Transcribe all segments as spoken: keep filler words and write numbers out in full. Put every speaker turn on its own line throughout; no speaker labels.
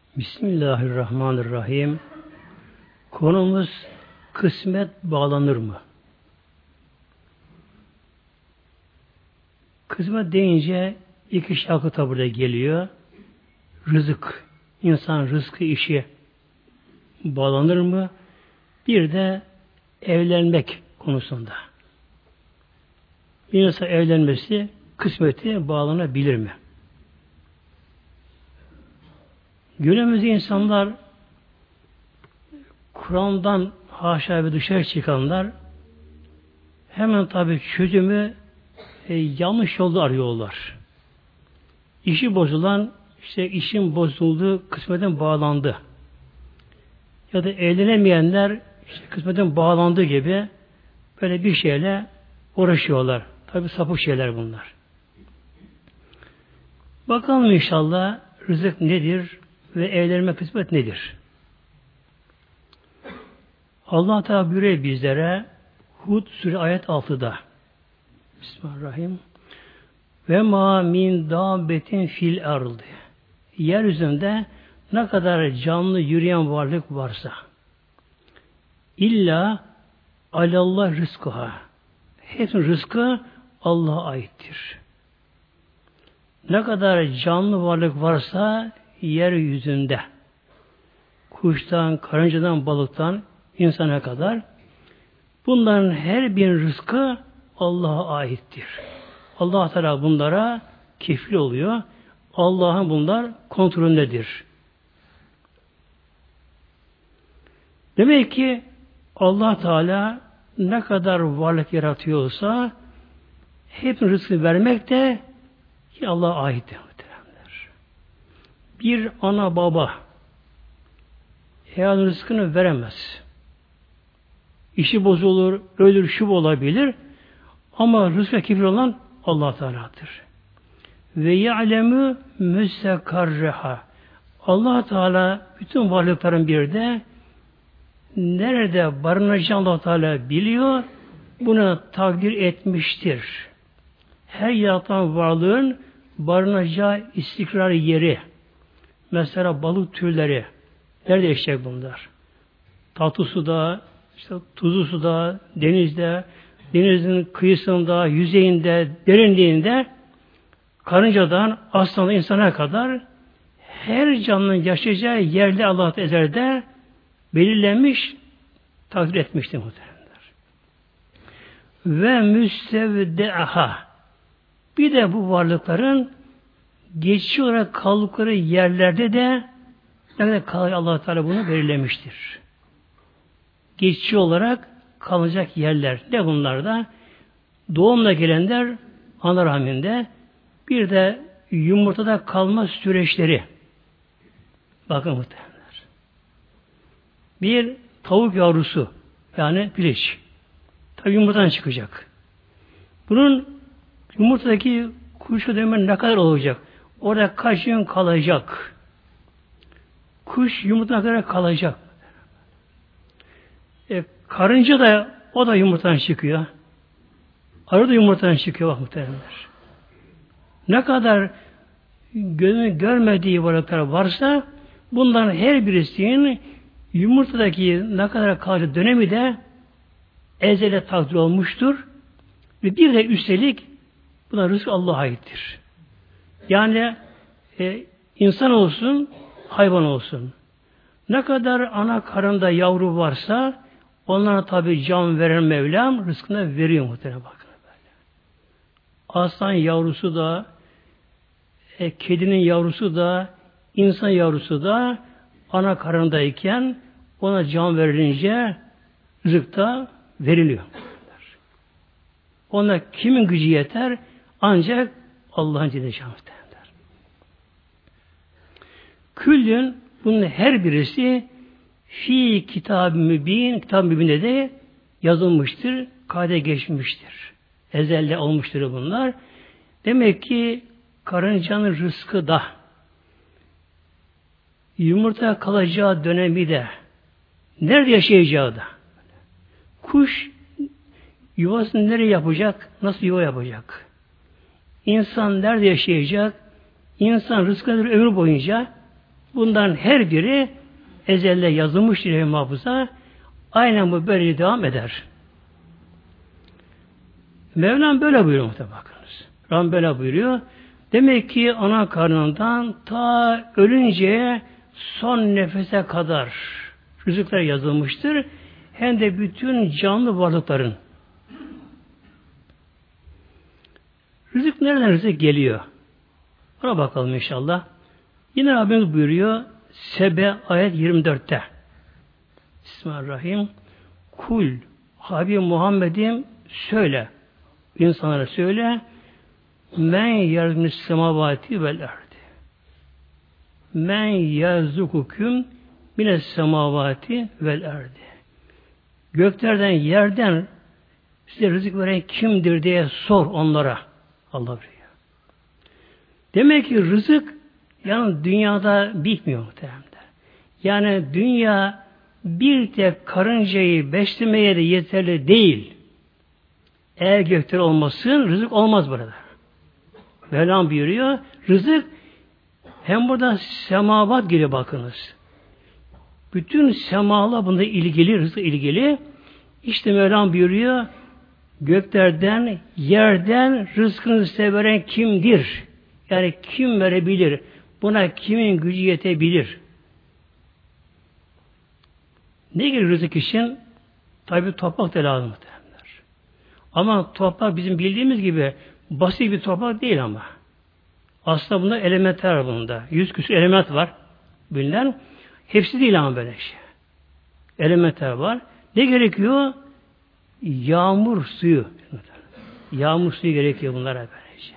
Bismillahirrahmanirrahim. Konumuz kısmet bağlanır mı? Kısmet deyince iki şarkı da burada geliyor. Rızık, insan rızkı işi bağlanır mı? Bir de evlenmek konusunda. Bir insan evlenmesi kısmeti bağlanabilir mi? Günümüzde insanlar Kur'an'dan haşa ve dışarı çıkanlar hemen tabi çözümü e, yanlış yolda arıyorlar. İşi bozulan, işte işin bozulduğu kısmetten bağlandı. Ya da evlenemeyenler işte kısmetten bağlandığı gibi böyle bir şeyle uğraşıyorlar. Tabi sapık şeyler bunlar. Bakalım inşallah rızık nedir ve evlenme kısmet nedir? Allah Teala buyuruyor bizlere Hud Sûre ayet altıda. Bismillahirrahmanirrahim. Ve ma min dabbetin fil ardı. Yeryüzünde ne kadar canlı yürüyen varlık varsa illa alallah rızkıha. Hepsinin rızkı Allah'a aittir. Ne kadar canlı varlık varsa yeryüzünde kuştan, karıncadan, balıktan insana kadar bunların her bir rızkı Allah'a aittir. Allah Teala bunlara kefil oluyor. Allah'ın bunlar kontrolündedir. Demek ki Allah Teala ne kadar varlık yaratıyorsa hep rızkı vermek de Allah'a aittir. Bir ana baba eğer rızkını veremez. İşi bozulur, ölür, şu olabilir. Ama rızka kefil olan Allah Teala'dır. Ve ya'lemü müstekarreha. Allah Teala bütün varlıkların bir de nerede barınacağını Allah Teala biliyor. Bunu takdir etmiştir. Her yaratan varlığın barınacağı istikrar yeri. Mesela balık türleri. Nerede yaşayacak bunlar? Tatlı suda, işte tuzlu suda, denizde, denizin kıyısında, yüzeyinde, derinliğinde, karıncadan aslandan insana kadar her canlının yaşayacağı yerde Allah ezelde belirlenmiş, takdir etmiştir muhtemelenler. Ve müstevdeaha. Bir de bu varlıkların geçici olarak kaldıkları yerlerde de nerede kalır Allah Teala bunu belirlemiştir. Geçici olarak kalacak yerler. Ne bunlar da? Doğumla gelenler ana rahminde, bir de yumurtada kalma süreçleri. Bakın muhtemelenler. Bir tavuk yavrusu yani piliç. Tabi yumurtadan çıkacak. Bunun yumurtadaki kuşu dönme ne kadar olacak? Orada kaç gün kalacak? Kuş yumurtana kadar kalacak. E, karınca da o da yumurtadan çıkıyor. Arı da yumurtadan çıkıyor bak muhtemelenler. Ne kadar gözünün görmediği varlıklar varsa bunların her birisinin yumurtadaki ne kadar kalacağı dönemi de ezele takdir olmuştur. Ve bir de üstelik buna rızk Allah'a aittir. Yani e, insan olsun, hayvan olsun. Ne kadar ana karında yavru varsa onlara tabi can veren Mevlam rızkını veriyor muhtemelen bakın böyle. Aslan yavrusu da, e, kedinin yavrusu da, insan yavrusu da ana karındayken ona can verilince rızık da veriliyor. Ona kimin gücü yeter? Ancak Allah'ın Celle Şanlı'dır. Küllün bunun her birisi fi kitab-ı mübin, kitab-ı mübinde de yazılmıştır, kayda geçmiştir. Ezelde olmuştur bunlar. Demek ki karıncanın rızkı da yumurta kalacağı dönemi de nerede yaşayacağı da kuş yuvasını nereye yapacak? Nasıl yuva yapacak? İnsan nerede yaşayacak? İnsan rızkıdır ömür boyunca Bunların her biri ezelde yazılmış diye mahfuza. Aynen bu böyle devam eder. Mevlam böyle buyuruyor muhtemelen bakınız. Rabbim böyle buyuruyor. Demek ki ana karnından ta ölünceye son nefese kadar rızıklar yazılmıştır. Hem de bütün canlı varlıkların. Rızık nereden rızık geliyor? Ona bakalım inşallah. Yine Rabbimiz buyuruyor Sebe ayet yirmi dörtte. Bismillahirrahmanirrahim. Kul Habib Muhammed'im söyle. İnsanlara söyle. Men yargınız semavati vel erdi. Men yazzukukum mines semavati vel erdi. Göklerden, yerden size rızık veren kimdir diye sor onlara. Allah buyuruyor. Demek ki rızık yani dünyada bitmiyor muhtemelen. Yani dünya bir tek karıncayı beslemeye de yeterli değil. Eğer gökler olmasın rızık olmaz burada. Mevlam buyuruyor. Rızık hem burada semavat gibi bakınız. Bütün semalar bunda ilgili, rızık ilgili. İşte Mevlam buyuruyor. Göklerden, yerden rızkını size veren kimdir? Yani kim verebilir? Buna kimin gücü yetebilir? Ne gibi rızık için? Tabi toprak da lazım. Ama toprak bizim bildiğimiz gibi basit bir toprak değil ama. Aslında bunda elementler var bunda. Yüz küsur element var. Bilinen. Hepsi değil ama böyle şey. Elementler var. Ne gerekiyor? Yağmur suyu. Yağmur suyu gerekiyor bunlara böylece.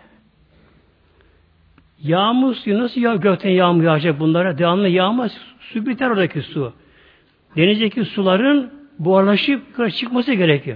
Yağmur suyu nasıl ya gökten yağmur yağacak bunlara? Devamlı yağmaz. Su biter oradaki su. Denizdeki suların buharlaşıp yukarı çıkması gerekiyor.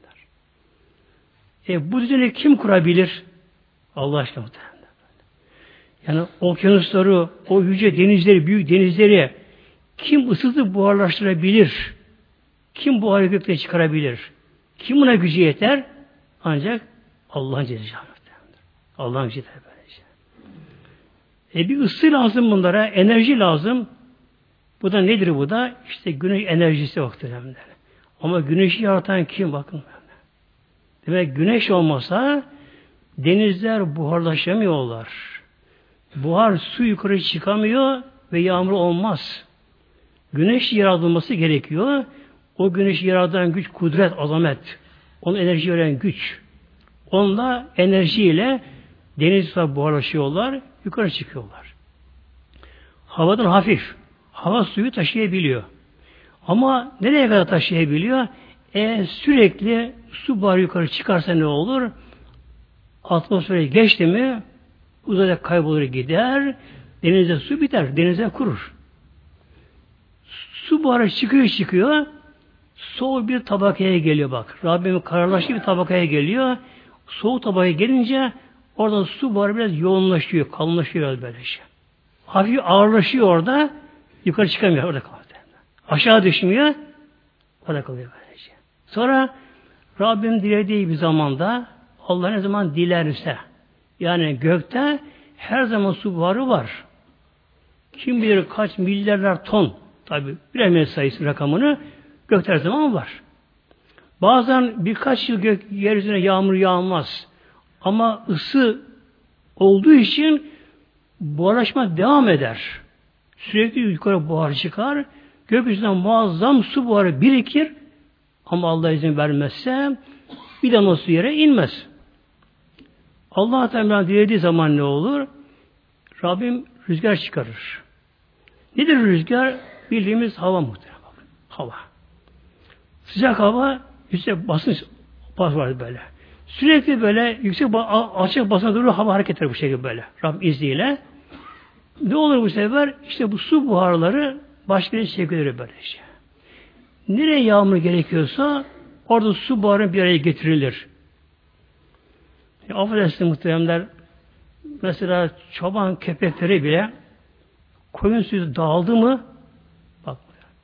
E bu düzeni kim kurabilir? Allah aşkına muhtemelen. Yani okyanusları, o yüce denizleri, büyük denizleri kim ısıtıp buharlaştırabilir? Kim buharı gökte çıkarabilir? Kim buna gücü yeter? Ancak Allah'ın cezası. Allah'ın gücü yeter böylece. E bir ısı lazım bunlara, enerji lazım. Bu da nedir bu da? İşte güneş enerjisi yoktur. Ama güneşi yaratan kim? Bakın. Demek güneş olmasa denizler buharlaşamıyorlar. Buhar su yukarı çıkamıyor ve yağmur olmaz. Güneş yaratılması gerekiyor. O güneş yaratan güç, kudret, azamet. Onun enerji veren güç. Onunla enerjiyle denizler buharlaşıyorlar, yukarı çıkıyorlar. Havadan hafif. Hava suyu taşıyabiliyor. Ama nereye kadar taşıyabiliyor? Eğer sürekli su buharı yukarı çıkarsa ne olur? Atmosfere geçti mi uzayda kaybolur gider. Denizde su biter. Denize kurur. Su buharı çıkıyor çıkıyor. Soğuk bir tabakaya geliyor bak. Rabbimin kararlaştığı bir tabakaya geliyor. Soğuk tabakaya gelince orada su buharı biraz yoğunlaşıyor. Kalınlaşıyor biraz böyle şey. Hafif ağırlaşıyor orada. Yukarı çıkamıyor. Orada kalıyor. Aşağı düşmüyor. Orada kalıyor böyle şey. Sonra Rabbim dilediği bir zamanda Allah ne zaman dilerse yani gökte her zaman su buharı var. Kim bilir kaç milyarlar ton tabi bilemeyiz sayısı rakamını gökte her zaman var. Bazen birkaç yıl gök yeryüzüne yağmur yağmaz. Ama ısı olduğu için buharlaşma devam eder. Sürekli yukarı buhar çıkar. Gökyüzünden muazzam su buharı birikir. Ama Allah izin vermezse bir damla su yere inmez. Allah Teala dilediği zaman ne olur? Rabbim rüzgar çıkarır. Nedir rüzgar? Bildiğimiz hava muhtemelen. Hava. Sıcak hava, yüksek basınç var böyle. Sürekli böyle yüksek alçak basınca doğru hava hareket eder bu şekilde böyle. Rabbim izniyle. Ne olur bu sefer? İşte bu su buharları başka bir şekilde böyle şey. Nereye yağmur gerekiyorsa orada su buharı bir araya getirilir. Ya, affedersiniz muhteremler, mesela çoban köpekleri bile koyun suyu dağıldı mı bak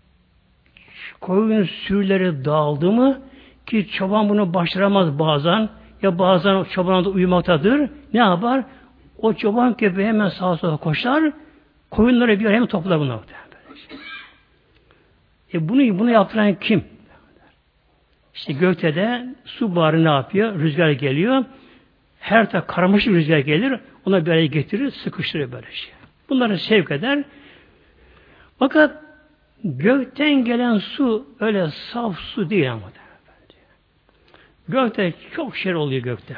koyun sürüleri dağıldı mı ki çoban bunu başaramaz bazen ya bazen çoban da uyumaktadır. Ne yapar? O çoban köpeği hemen sağa sola koşar Koyunları bir araya mı toplar bunlar? E bunu, bunu yaptıran kim? İşte gökte de su buharı ne yapıyor? Rüzgar geliyor. Her taraf karmaşık rüzgar gelir. Ona bir araya getirir, sıkıştırır böyle şey. Bunları sevk eder. Fakat gökten gelen su öyle saf su değil ama. Gökte çok şey oluyor gökte.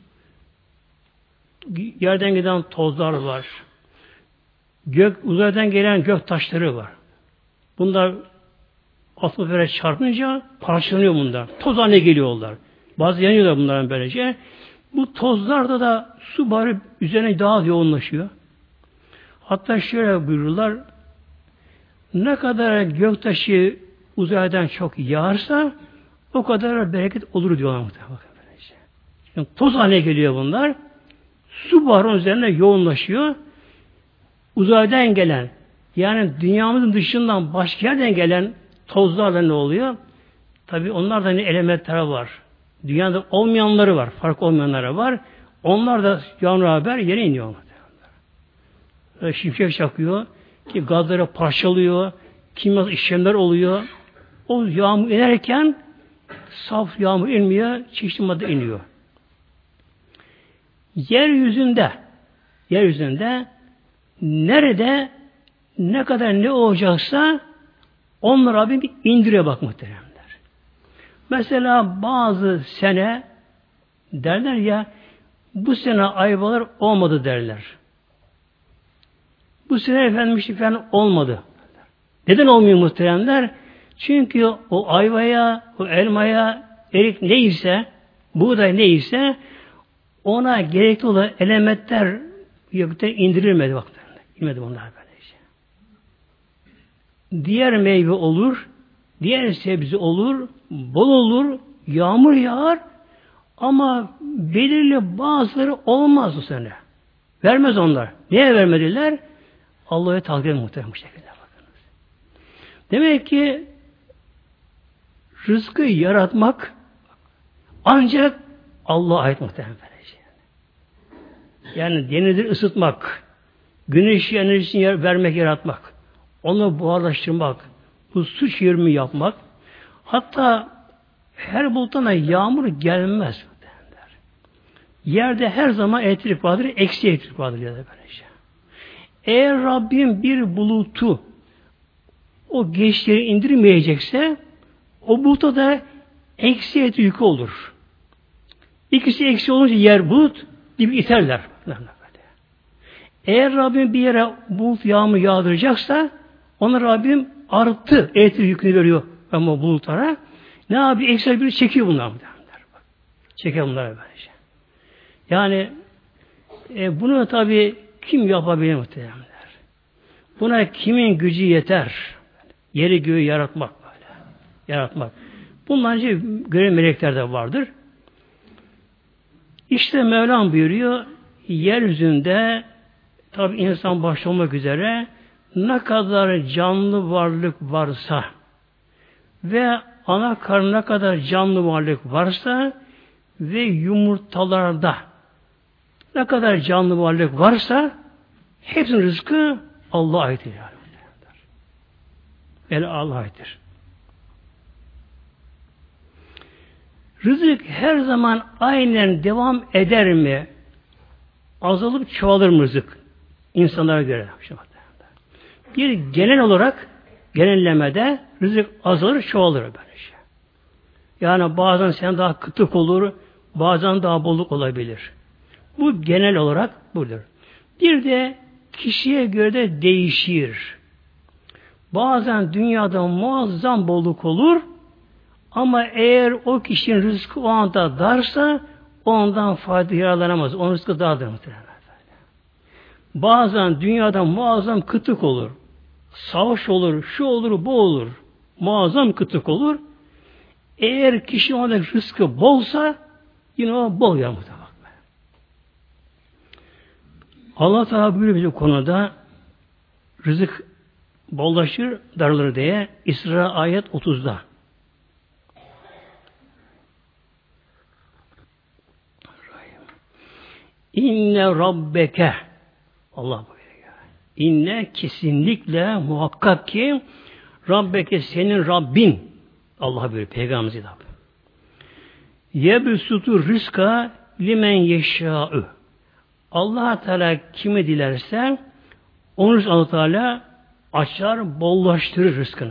Yerden giden tozlar var. Gök, uzaydan gelen gök taşları var. Bunlar atmosfere çarpınca parçalanıyor bunlar. Toz haline geliyorlar. Bazı yanıyorlar bunların böylece. Bu tozlarda da su buharı üzerine daha yoğunlaşıyor. Hatta şöyle buyururlar, ne kadar göktaşı uzaydan çok yağarsa o kadar bereket olur diyorlar muhtemelen. Yani toz haline geliyor bunlar. Su buharının üzerine yoğunlaşıyor. Uzaydan gelen, yani dünyamızın dışından başka yerden gelen tozlarla ne oluyor? Tabii onlarda ne elementler var. Dünyada olmayanları var. Fark olmayanları var. Onlar da yağmur haber yere iniyor. Şimşek çakıyor. Ki gazları parçalıyor. Kimyasal işlemler oluyor. O yağmur inerken saf yağmur inmiyor. Çeşitli madde iniyor. Yeryüzünde yeryüzünde nerede ne kadar ne olacaksa onlar Rabbim indiriyor bak muhteremler. Mesela bazı sene derler ya bu sene ayvalar olmadı derler. Bu sene efendim işte falan olmadı. Neden olmuyor muhteremler? Çünkü o ayvaya, o elmaya, erik neyse, buğday neyse ona gerekli olan elementler gökten indirilmedi bak. İnmedi bunlar böylece. Diğer meyve olur, diğer sebze olur, bol olur, yağmur yağar ama belirli bazıları olmaz bu sene. Vermez onlar. Niye vermediler? Allah'a takdir muhtemelen bu şekilde bakınız. Demek ki rızkı yaratmak ancak Allah'a ait muhtemelen. Yani denizleri ısıtmak, güneş enerjisini vermek, yaratmak, onu buharlaştırmak, bu su çevirimi yapmak, hatta her buluttan yağmur gelmez. Derler. Yerde her zaman elektrik vardır, eksi elektrik vardır ya da böylece. Eğer Rabbim bir bulutu o geçleri indirmeyecekse o buluta da eksi elektrik yükü olur. İkisi eksi olunca yer bulut gibi iterler. Eğer Rabbim bir yere bulut yağmur yağdıracaksa ona Rabbim artı elektrik yükünü veriyor ama bulutlara. Ne yapıyor? Eksi bir çekiyor bunlar. Çekiyor bunlar böylece. Yani e, bunu tabi kim yapabilir muhtemelenler? Buna kimin gücü yeter? Yeri göğü yaratmak böyle. Yaratmak. Bundan önce görev melekler de vardır. İşte Mevlam buyuruyor, yeryüzünde tabi insan başta olmak üzere ne kadar canlı varlık varsa ve ana karnına kadar canlı varlık varsa ve yumurtalarda ne kadar canlı varlık varsa hepsinin rızkı Allah'a aittir. Yani Allah'a aittir. Rızık her zaman aynen devam eder mi? Azalıp çoğalır mı rızık? İnsanlara göre. Bir genel olarak genellemede rızık azalır, çoğalır böyle şey. Yani bazen sen daha kıtlık olur, bazen daha bolluk olabilir. Bu genel olarak budur. Bir de kişiye göre de değişir. Bazen dünyada muazzam bolluk olur ama eğer o kişinin rızkı o anda darsa ondan fayda yararlanamaz. Onun rızkı dardır muhtemelen. Bazen dünyada muazzam kıtlık olur. Savaş olur, şu olur, bu olur. Muazzam kıtlık olur. Eğer kişi onda rızkı bolsa yine o bol yer muhtemelen. Allah Teala böyle bir konuda rızık bollaşır, daralır diye İsra ayet otuzda. İnne rabbeke Allah buyuruyor. İnne kesinlikle muhakkak ki Rabbeke senin Rabbin Allah böyle Peygamberimiz hitap. Yebsutu rızka limen yeşâ'ü. Allah Teala kimi dilerse onu Allah Teala açar, bollaştırır rızkını.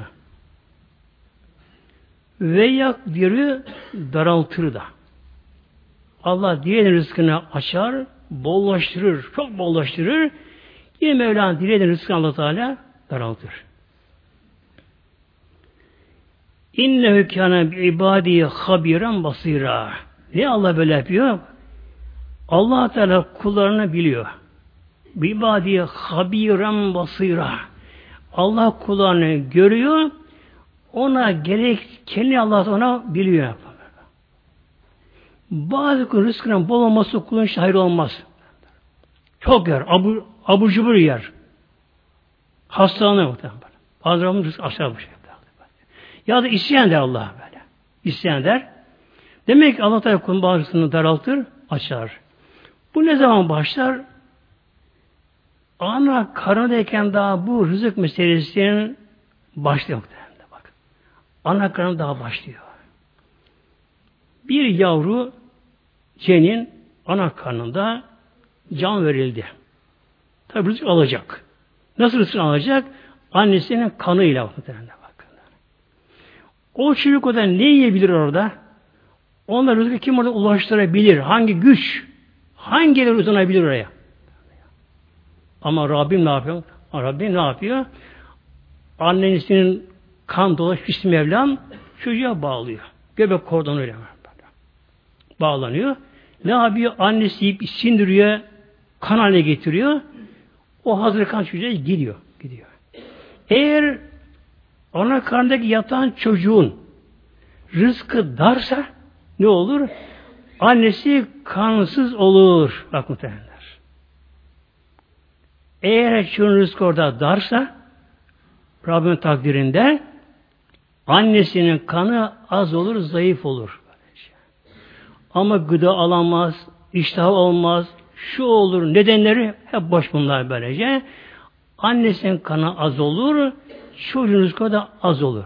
Ve yakdirü daraltır da. Allah dileyen rızkını açar, bollaştırır, çok bollaştırır. Yine Mevlana dileyen rızkını Allah Teala daraltır. İnnehu kâne bi ibâdî habîren basîrâ. Ne Allah böyle yapıyor? Allah Teala kullarını biliyor. Bi ibâdî habîren basîrâ. Allah kullarını görüyor. Ona gerek kendi Allah ona biliyor. Bazı kulun rızkının bol olması kulun için hayır olmaz. Çok yer. Abur, abur cubur yer. Hastane muhtemelen. Bazılarımız rızkı aşağı bu şey. Ya da isyan der Allah böyle. İsyan der. Demek ki Allah Teala kulun bazısını daraltır, açar. Bu ne zaman başlar? Ana karnındayken daha bu rızık meselesinin başlıyor. Bak. Ana karnı daha başlıyor. Bir yavru cenin ana karnında can verildi. Tabi rızık alacak. Nasıl rızık alacak? Annesinin kanıyla bakın. O çocuk orada ne yiyebilir orada? Onlar rızkı kim orada ulaştırabilir? Hangi güç? Hangi el uzanabilir oraya? Ama Rabbim ne yapıyor? Rabbim ne yapıyor? Annesinin kan dolaşmış Mevlam çocuğa bağlıyor. Göbek kordonuyla bağlanıyor. Ne yapıyor? Annesi yiyip sindiriyor, kan haline getiriyor. O hazır kan çocuğa gidiyor. gidiyor. Eğer ana karnındaki yatan çocuğun rızkı darsa ne olur? Annesi kansız olur. Bak muhtemelenler. Eğer çocuğun rızkı orada darsa Rabbinin takdirinde annesinin kanı az olur, zayıf olur. Ama gıda alamaz, iştah olmaz, şu olur, nedenleri hep boş bunlar böylece. Annesinin kanı az olur, çocuğun rızkı da az olur.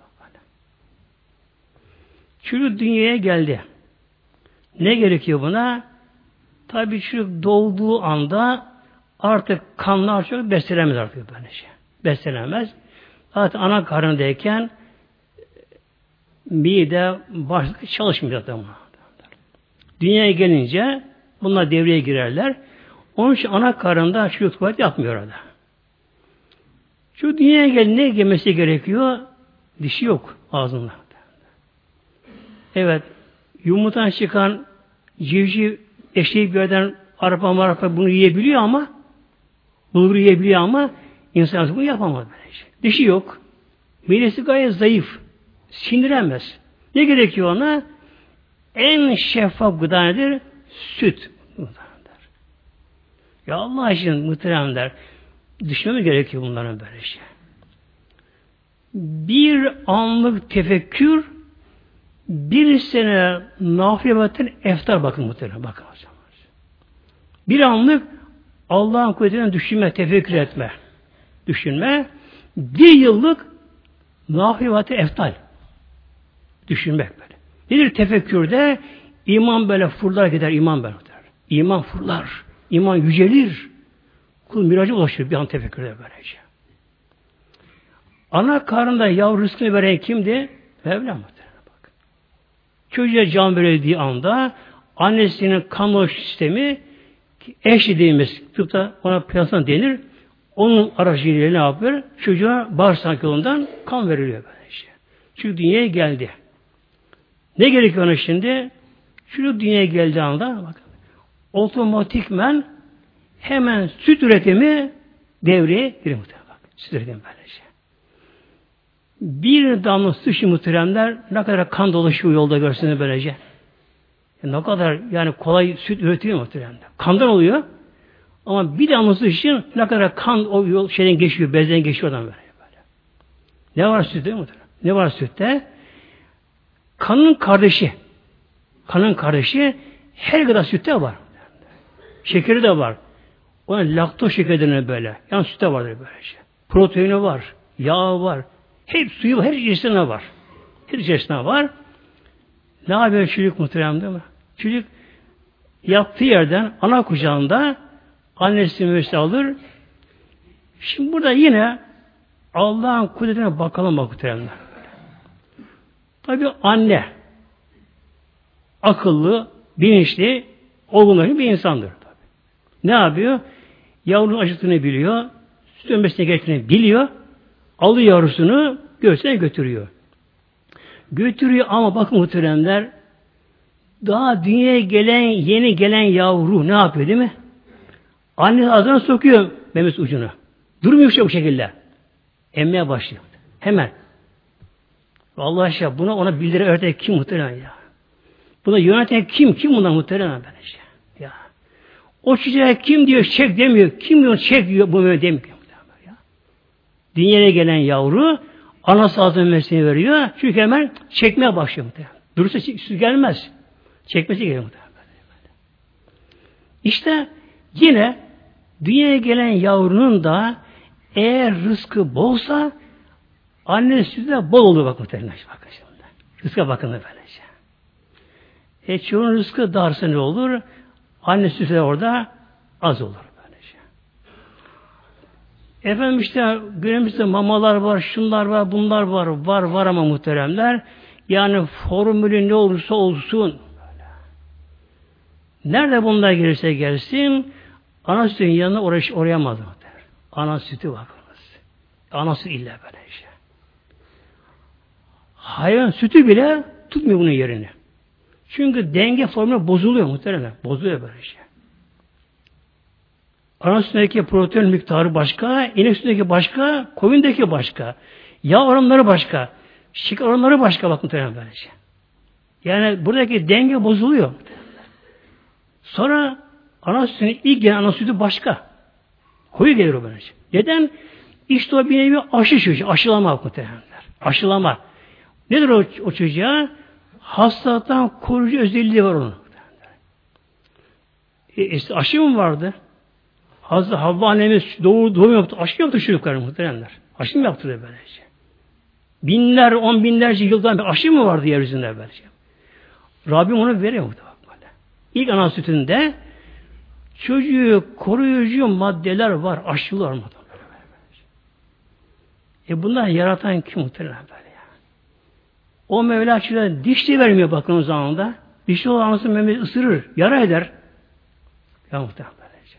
Çocuk dünyaya geldi. Ne gerekiyor buna? Tabii çocuk doğduğu anda artık kanlar çok beslenemez artık böylece. Beslenemez. Zaten ana karnındayken mide başlık çalışmıyor zaten. Dünyaya gelince bunlar devreye girerler. Onun için ana karnında çocuk tuvalet yapmıyor orada. Şu dünyaya gelin ne yemesi gerekiyor? Dişi yok ağzında. Evet, yumurtadan çıkan civciv eşeği bir yerden arpa marpa bunu yiyebiliyor ama bulgur yiyebiliyor ama insan bunu yapamaz böylece. Dişi yok. Midesi gayet zayıf. Sindiremez. Ne gerekiyor ona? En şeffaf gıda nedir? Süt. Ya Allah aşkına muhteremler, düşünmemiz gerekiyor bunların böyle şey. Bir anlık tefekkür bir sene nafiyetin eftar bakın muhterem. Bakın. Bir anlık Allah'ın kudretinden düşünme, tefekkür etme. Düşünme. Bir yıllık nafiyetin eftal. Düşünmek böyle. Nedir tefekkürde? İman böyle fırlar gider, iman böyle. İman fırlar. İman yücelir. Kul miraca ulaşır bir an tefekkürde böylece. Ana karnında yavru rızkını veren kimdi? Mevlam. Bak. Çocuğa can verildiği anda annesinin kan dolaşım sistemi eş dediğimiz tıpta ona plasman denir. Onun aracılığıyla ne yapıyor? Çocuğa bağırsak yolundan kan veriliyor böylece. Çünkü dünyaya geldi. Ne gerekiyor ona şimdi? Çocuk dünyaya geldiği anda bakın, otomatikmen hemen süt üretimi devreye giriyor muhtemelen. Bak, süt üretimi böylece. Bir damla süt muhteremler ne kadar kan dolaşıyor yolda görsünüz böylece. Yani ne kadar yani kolay süt üretiyor muhteremler. Kandan oluyor. Ama bir damla süt için ne kadar kan o yol şeyden geçiyor, bezden geçiyor adam böyle. böyle. Ne var sütte muhterem? Ne var sütte? Kanın kardeşi. Kanın kardeşi her kadar sütte var. Şekeri de var. Ona laktoz şekeri böyle. Yani sütte vardır böyle şey. Proteini var, yağı var. Hep suyu var, her içerisinde var. Her içerisinde var. Ne yapıyor çocuk muhterem değil mi? Çocuk yattığı yerden ana kucağında annesi müessese alır. Şimdi burada yine Allah'ın kudretine bakalım bak muhteremler. Tabii anne akıllı, bilinçli, olgunlaşmış bir insandır. Tabii. Ne yapıyor? Yavrunun acıktığını biliyor, süt emmesine gerektiğini biliyor, alıyor yavrusunu göğsüne götürüyor. Götürüyor ama bakın muhteremler, daha dünyaya gelen, yeni gelen yavru ne yapıyor değil mi? Anne ağzına sokuyor memesi ucunu. Durmuyor şey bu şekilde. Emmeye başlıyor. Hemen. Vallahi aşağı buna ona bildiri öğreten kim muhterem ya? Buna yöneten kim? Kim buna muhterem böyle şey? Ya. O çocuğa kim diyor çek demiyor. Kim diyor çek diyor bu böyle demiyor. Ya. Dünyaya gelen yavru anası ağzına memesini veriyor. Çünkü hemen çekmeye başlıyor muhterem. Durursa süt gelmez. Çekmesi gerekiyor muhterem. İşte yine dünyaya gelen yavrunun da eğer rızkı bolsa anne sütü de bol olur bak muhtemelen. Bakın şimdi. Rızka bakın da böylece. E çoğunun rızkı darsa ne olur? Anne sütü de orada az olur böylece. Efendim işte günümüzde mamalar var, şunlar var, bunlar var, var var ama muhteremler yani formülü ne olursa olsun nerede bunlar gelirse gelsin ana sütün yanına oraya, oraya mı muhterem? Ana sütü bakınız. Ana sütü illa böyle işte. Hayvan sütü bile tutmuyor bunun yerini. Çünkü denge formülü bozuluyor muhtemelen. Bozuluyor böyle şey. Ana sütündeki protein miktarı başka, inek sütündeki başka, koyundaki başka. Yağ oranları başka. Şeker oranları başka bak muhtemelen böyle şey. Yani buradaki denge bozuluyor. Sonra ana sütünün ilk gelen ana sütü başka. Koyu gelir o böyle şey. Neden? İşte o bir nevi aşı çocuğu. Aşılama muhtemelenler. Aşılama. Nedir o, o çocuğa? Hastalıktan koruyucu özelliği var onun. E, işte aşı mı vardı? Hazreti Havva annemiz doğum, doğum yaptı. Aşı yaptı çocukları muhtemelenler. Aşı mı yaptı da böylece? Binler, on binlerce yıldan bir aşı mı vardı yeryüzünde böylece? Rabbim onu veriyor muhtemelen. İlk ana sütünde çocuğu koruyucu maddeler var. Aşılar mı? E bunlar yaratan kim muhtemelen böyle ya? O Mevla çocuğa diş de vermiyor bakın o zamanında. Dişli olan anasını memesi ısırır, yara eder. Ya muhtemelen böylece.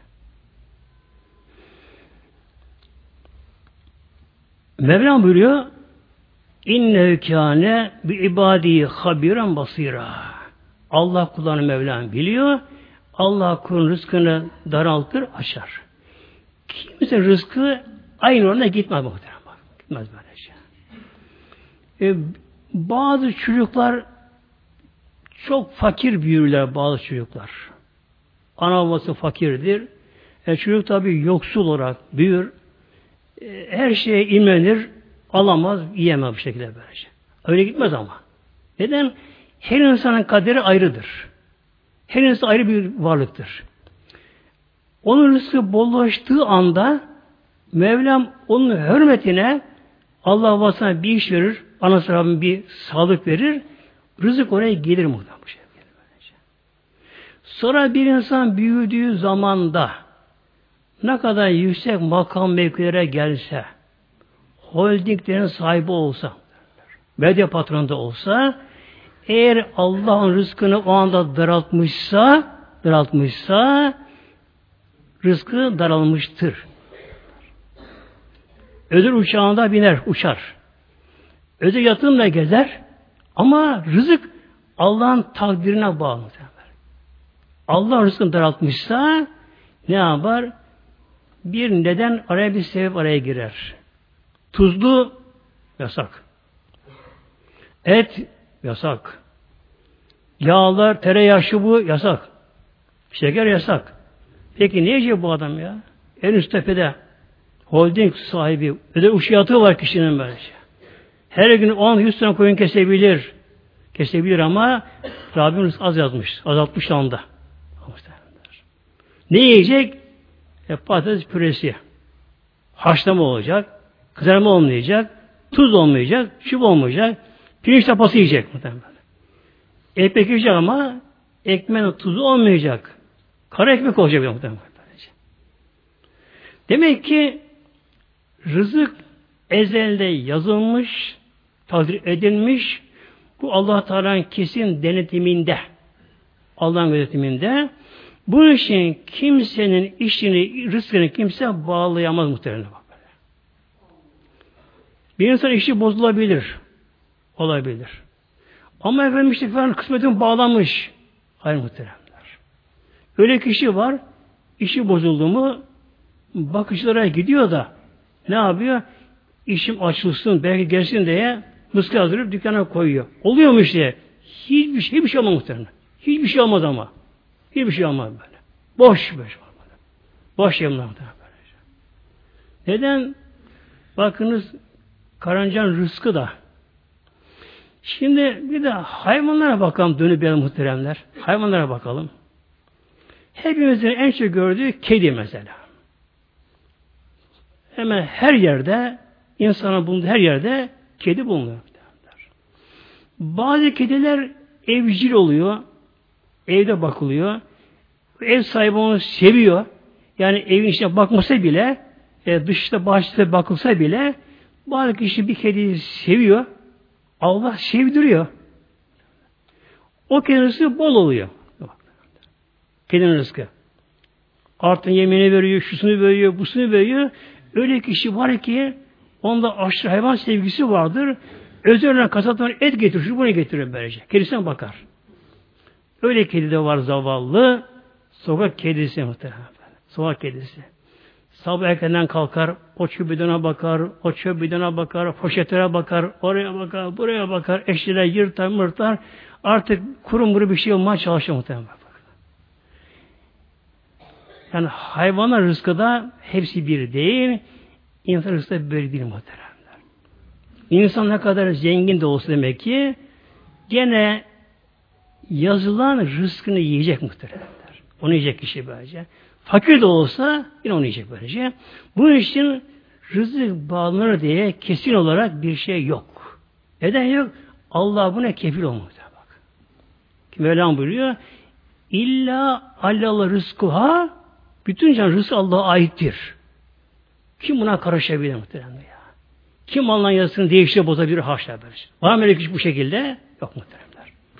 Mevlam buyuruyor İnnehu kâne bi ibâdî habîran basîrâ. Allah kullarını Mevlam biliyor. Allah kulun rızkını daraltır, açar. Kimse rızkı aynı oranda gitmez muhtemelen. Gitmez böyle şey. E, bazı çocuklar çok fakir büyürler bazı çocuklar. Ana babası fakirdir. E, çocuk tabi yoksul olarak büyür. E, her şeye imrenir, alamaz, yiyemez bu şekilde böyle şey. Öyle gitmez ama. Neden? Her insanın kaderi ayrıdır. Her insan ayrı bir varlıktır. Onun rızkı bollaştığı anda Mevlam onun hürmetine Allah vasfına bir iş verir, anası Rabbim bir sağlık verir, rızık oraya gelir muhtemelen bu şey. Sonra bir insan büyüdüğü zamanda ne kadar yüksek makam mevkilere gelse, holdinglerin sahibi olsa, medya patronu da olsa, eğer Allah'ın rızkını o anda daraltmışsa, daraltmışsa, rızkı daralmıştır. Ödül uçağında biner, uçar. Ödül yatırımla gezer, ama rızık Allah'ın takdirine bağlı. Allah rızkını daraltmışsa, ne yapar? Bir neden araya bir sebep araya girer. Tuzlu, yasak. Et, yasak. Yağlar, tereyağı, şu bu, yasak. Şeker yasak. Peki ne yiyecek bu adam ya? En üst tepede holding sahibi, ödül uçuyatı var kişinin böylece. Her gün on yüz tane koyun kesebilir. Kesebilir ama Rabbim rızkı az yazmış. Azaltmış anda. Ne yiyecek? E, patates püresi. Haşlama olacak. Kızarma olmayacak. Tuz olmayacak. Çub olmayacak. Pirinç tapası yiyecek muhtemelen. Ekmek yiyecek ama ekmeğin tuzu olmayacak. Kara ekmek olacak muhtemelen. Demek ki rızık ezelde yazılmış, takdir edilmiş. Bu Allah Teala'nın kesin denetiminde, Allah'ın gözetiminde. Bu işin kimsenin işini, rızkını kimse bağlayamaz muhtemelen. Bir insan işi bozulabilir. Olabilir. Ama efendim işte falan kısmetin bağlanmış. Hayır muhteremler. Öyle kişi var, işi bozuldu mu bakıcılara gidiyor da ne yapıyor? İşim açılsın, belki gelsin diye mıskı hazırlayıp dükkana koyuyor. Oluyor mu işte? Hiçbir şey, hiçbir şey olmaz muhtemelen. Hiçbir şey olmaz ama. Hiçbir şey olmaz böyle. Boş böyle. Boş yemler muhtemelen böyle. Neden? Bakınız karıncanın rızkı da. Şimdi bir de hayvanlara bakalım, dönüp bir muhteremler. Hayvanlara bakalım. Hepimizin en çok gördüğü kedi mesela. Hemen her yerde, insanın bulunduğu her yerde kedi bulunuyor. Bazı kediler evcil oluyor. Evde bakılıyor. Ev sahibi onu seviyor. Yani evin içine bakmasa bile, e, dışta bahçede bakılsa bile bazı kişi bir kediyi seviyor. Allah sevdiriyor. O kedinin rızkı bol oluyor. Kedinin rızkı. Artın yemeğini veriyor, şusunu veriyor, busunu veriyor. Öyle kişi var ki onda aşırı hayvan sevgisi vardır. Özellikle kasaptan et getirir, şu bunu getirir böylece. Kedisine bakar. Öyle kedi de var zavallı. Sokak kedisi muhtemelen. Sokak kedisi. Sabah erkenden kalkar, o çöp bidona bakar, o çöp bidona bakar, poşetlere bakar, oraya bakar, buraya bakar, eşliler yırtar, mırtar. Artık kurum kuru bir şey olmaya çalışıyor muhtemelen. Yani hayvanlar rızkı da hepsi bir değil, insan rızkı da bir değil muhtemelen. İnsan ne kadar zengin de olsa demek ki gene yazılan rızkını yiyecek muhtemelen. Onu yiyecek kişi böylece. Fakir de olsa yine onu yiyecek böylece. Bunun için rızık bağlanır diye kesin olarak bir şey yok. Neden yok? Allah buna kefil olmuyor. Bak. Mevlam buyuruyor. İlla Allah rızkuha, bütün can rızkı Allah'a aittir. Kim buna karışabilir muhtemelen ya? Kim Allah'ın yazısını değiştirip bozabilir? Haşa böyle. Var mı öyle bu şekilde? Yok muhtemelen.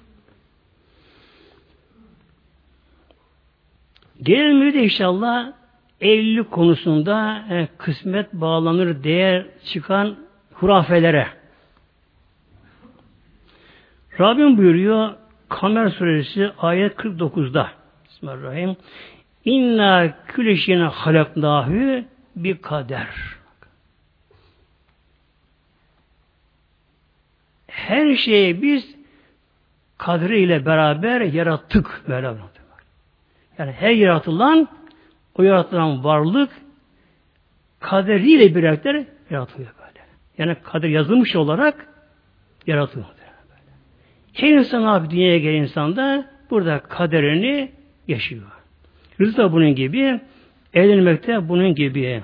Gelelim de inşallah evlilik konusunda e, kısmet bağlanır diye çıkan hurafelere. Rabbim buyuruyor Kamer suresi ayet kırk dokuzda. Bismillahirrahmanirrahim. İnna külleşine halaknâhü bi kader. Her şeyi biz kadriyle beraber yarattık. Böyle. Yani her yaratılan, o yaratılan varlık kaderiyle birlikte yaratılıyor böyle. Yani kader yazılmış olarak yaratılıyor. Her insan abi dünyaya gelen insan da burada kaderini yaşıyor. Rızık da bunun gibi, evlenmek de bunun gibi.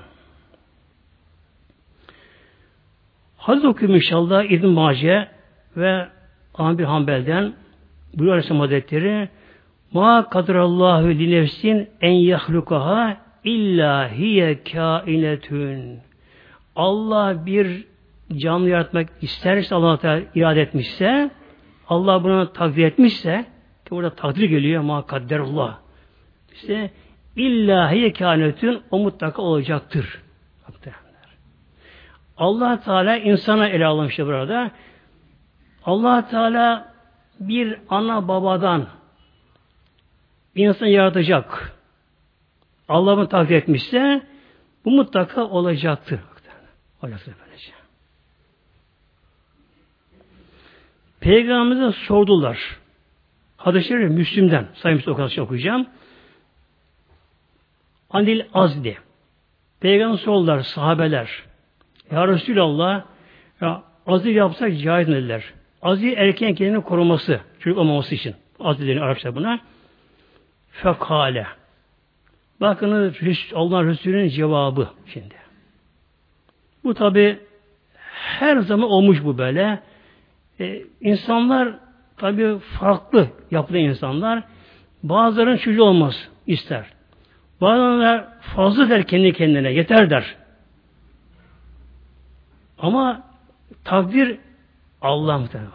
Hadis okuyayım inşallah İbn-i Mace ve Ahmed bin Hanbel'den buyuruyor Aleyhisselam Hazretleri Ma kadrallahu li nefsin en yahlukaha illa hiye kainetün. Allah bir canlı yaratmak isterse, Allah Teala irade etmişse, Allah buna takdir etmişse, ki burada takdir geliyor ma kadderullah. İşte illa hiye kainetün, o mutlaka olacaktır. Allah Teala insana ele almıştı burada. Allah Teala bir ana babadan bir insan yaratacak. Allah bunu takdir etmişse bu mutlaka olacaktır. Olacaktır böylece. Peygamberimize sordular. Hadis-i Müslim'den Sayın Müslim okuyacağım. okuyacağım. Anil azli. Peygamber sordular sahabeler. Ya Resulallah ya azil yapsak caiz dediler. Azil erkeğin kendini koruması. Çocuk olmaması için. Azil deniyor Arapça buna. Fekale. Bakın Allah Resulü'nün cevabı şimdi. Bu tabi her zaman olmuş bu böyle. Ee, insanlar tabi farklı yapılı insanlar. Bazılarının çocuğu olmaz ister. Bazıları fazla der kendi kendine yeter der. Ama takdir Allah muhtemelen.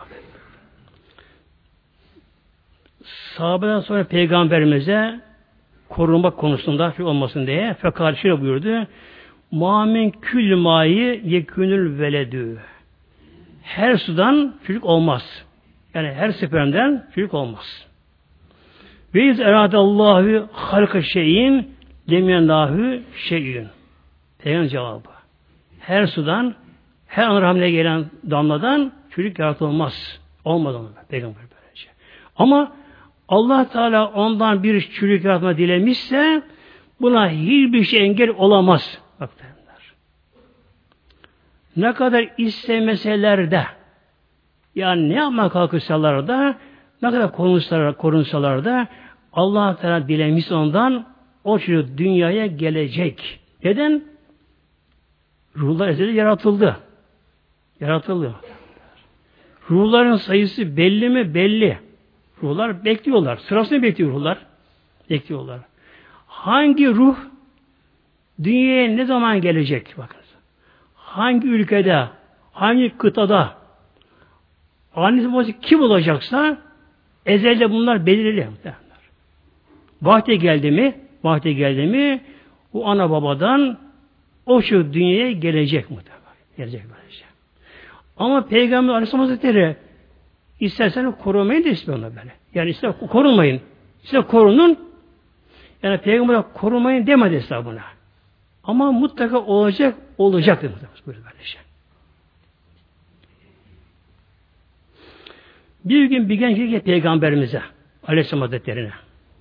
Sahabeden sonra Peygamberimize korunmak konusunda şey olmasın diye fakat şöyle buyurdu. Muamin kül mayi yekünül veledü. Her sudan çocuk olmaz. Yani her spermden çocuk olmaz. Ve iz eradallahu halka şeyin lemyenlahu şeyin. Peygamber cevabı. Her sudan, her ana rahmine gelen damladan çocuk yaratılmaz. Olmaz onun Peygamber böylece. Ama Allah Teala ondan bir çocuk yaratma dilemişse buna hiçbir şey engel olamaz. Bak derler. Ne kadar istemeseler de yani ne yapmak kalkışsalar da ne kadar korunsalar, korunsalar da Allah Teala dilemiş ondan o çocuk dünyaya gelecek. Neden? Ruhlar ezeli yaratıldı. Yaratıldı. Ruhların sayısı belli mi? Belli. Ruhlar bekliyorlar. Sırasını bekliyor ruhlar. Bekliyorlar. Hangi ruh dünyaya ne zaman gelecek? Bakın. Hangi ülkede, hangi kıtada, annesi babası kim olacaksa ezelde bunlar belirli. Vakti geldi mi, vakti geldi mi o ana babadan o şu dünyaya gelecek muhtemelen. Gelecek böylece. Ama Peygamber Aleyhisselam Hazretleri isterseniz korumayın da istiyor ona böyle. Yani ister korunmayın. İster korunun. Yani Peygamber korumayın demedi hesabına. Ama mutlaka olacak, olacak dedi. Böyle şey. Bir gün bir genç geldi Peygamberimize Aleyhisselam Hazretleri'ne.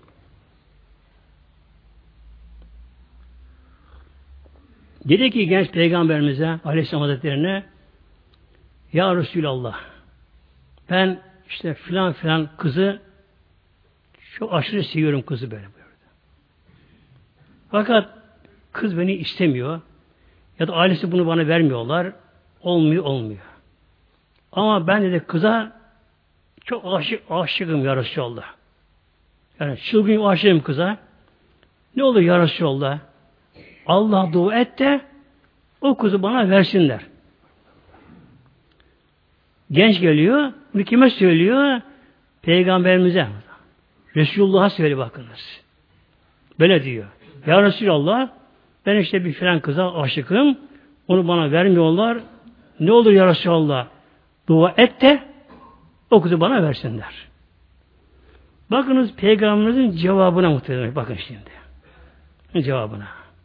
Dedi ki genç Peygamberimize Aleyhisselam Hazretleri'ne Ya Resulallah ben işte filan filan kızı çok aşırı seviyorum kızı böyle buyurdu. Fakat kız beni istemiyor ya da ailesi bunu bana vermiyorlar. Olmuyor olmuyor. Ama ben dedi kıza çok aşık, aşıkım ya Resulallah. Yani çılgın aşığım kıza. Ne olur ya Resulallah? Allah dua et de o kızı bana versinler. Genç geliyor. Bunu kime söylüyor? Peygamberimize. Resulullah'a söylüyor bakınız. Böyle diyor. Ya Resulallah ben işte bir filan kıza aşıkım. Onu bana vermiyorlar. Ne olur ya Resulallah? Dua et de o kızı bana versinler. Bakınız Peygamberimizin cevabına muhtemelen. Bakın şimdi. Cevabına.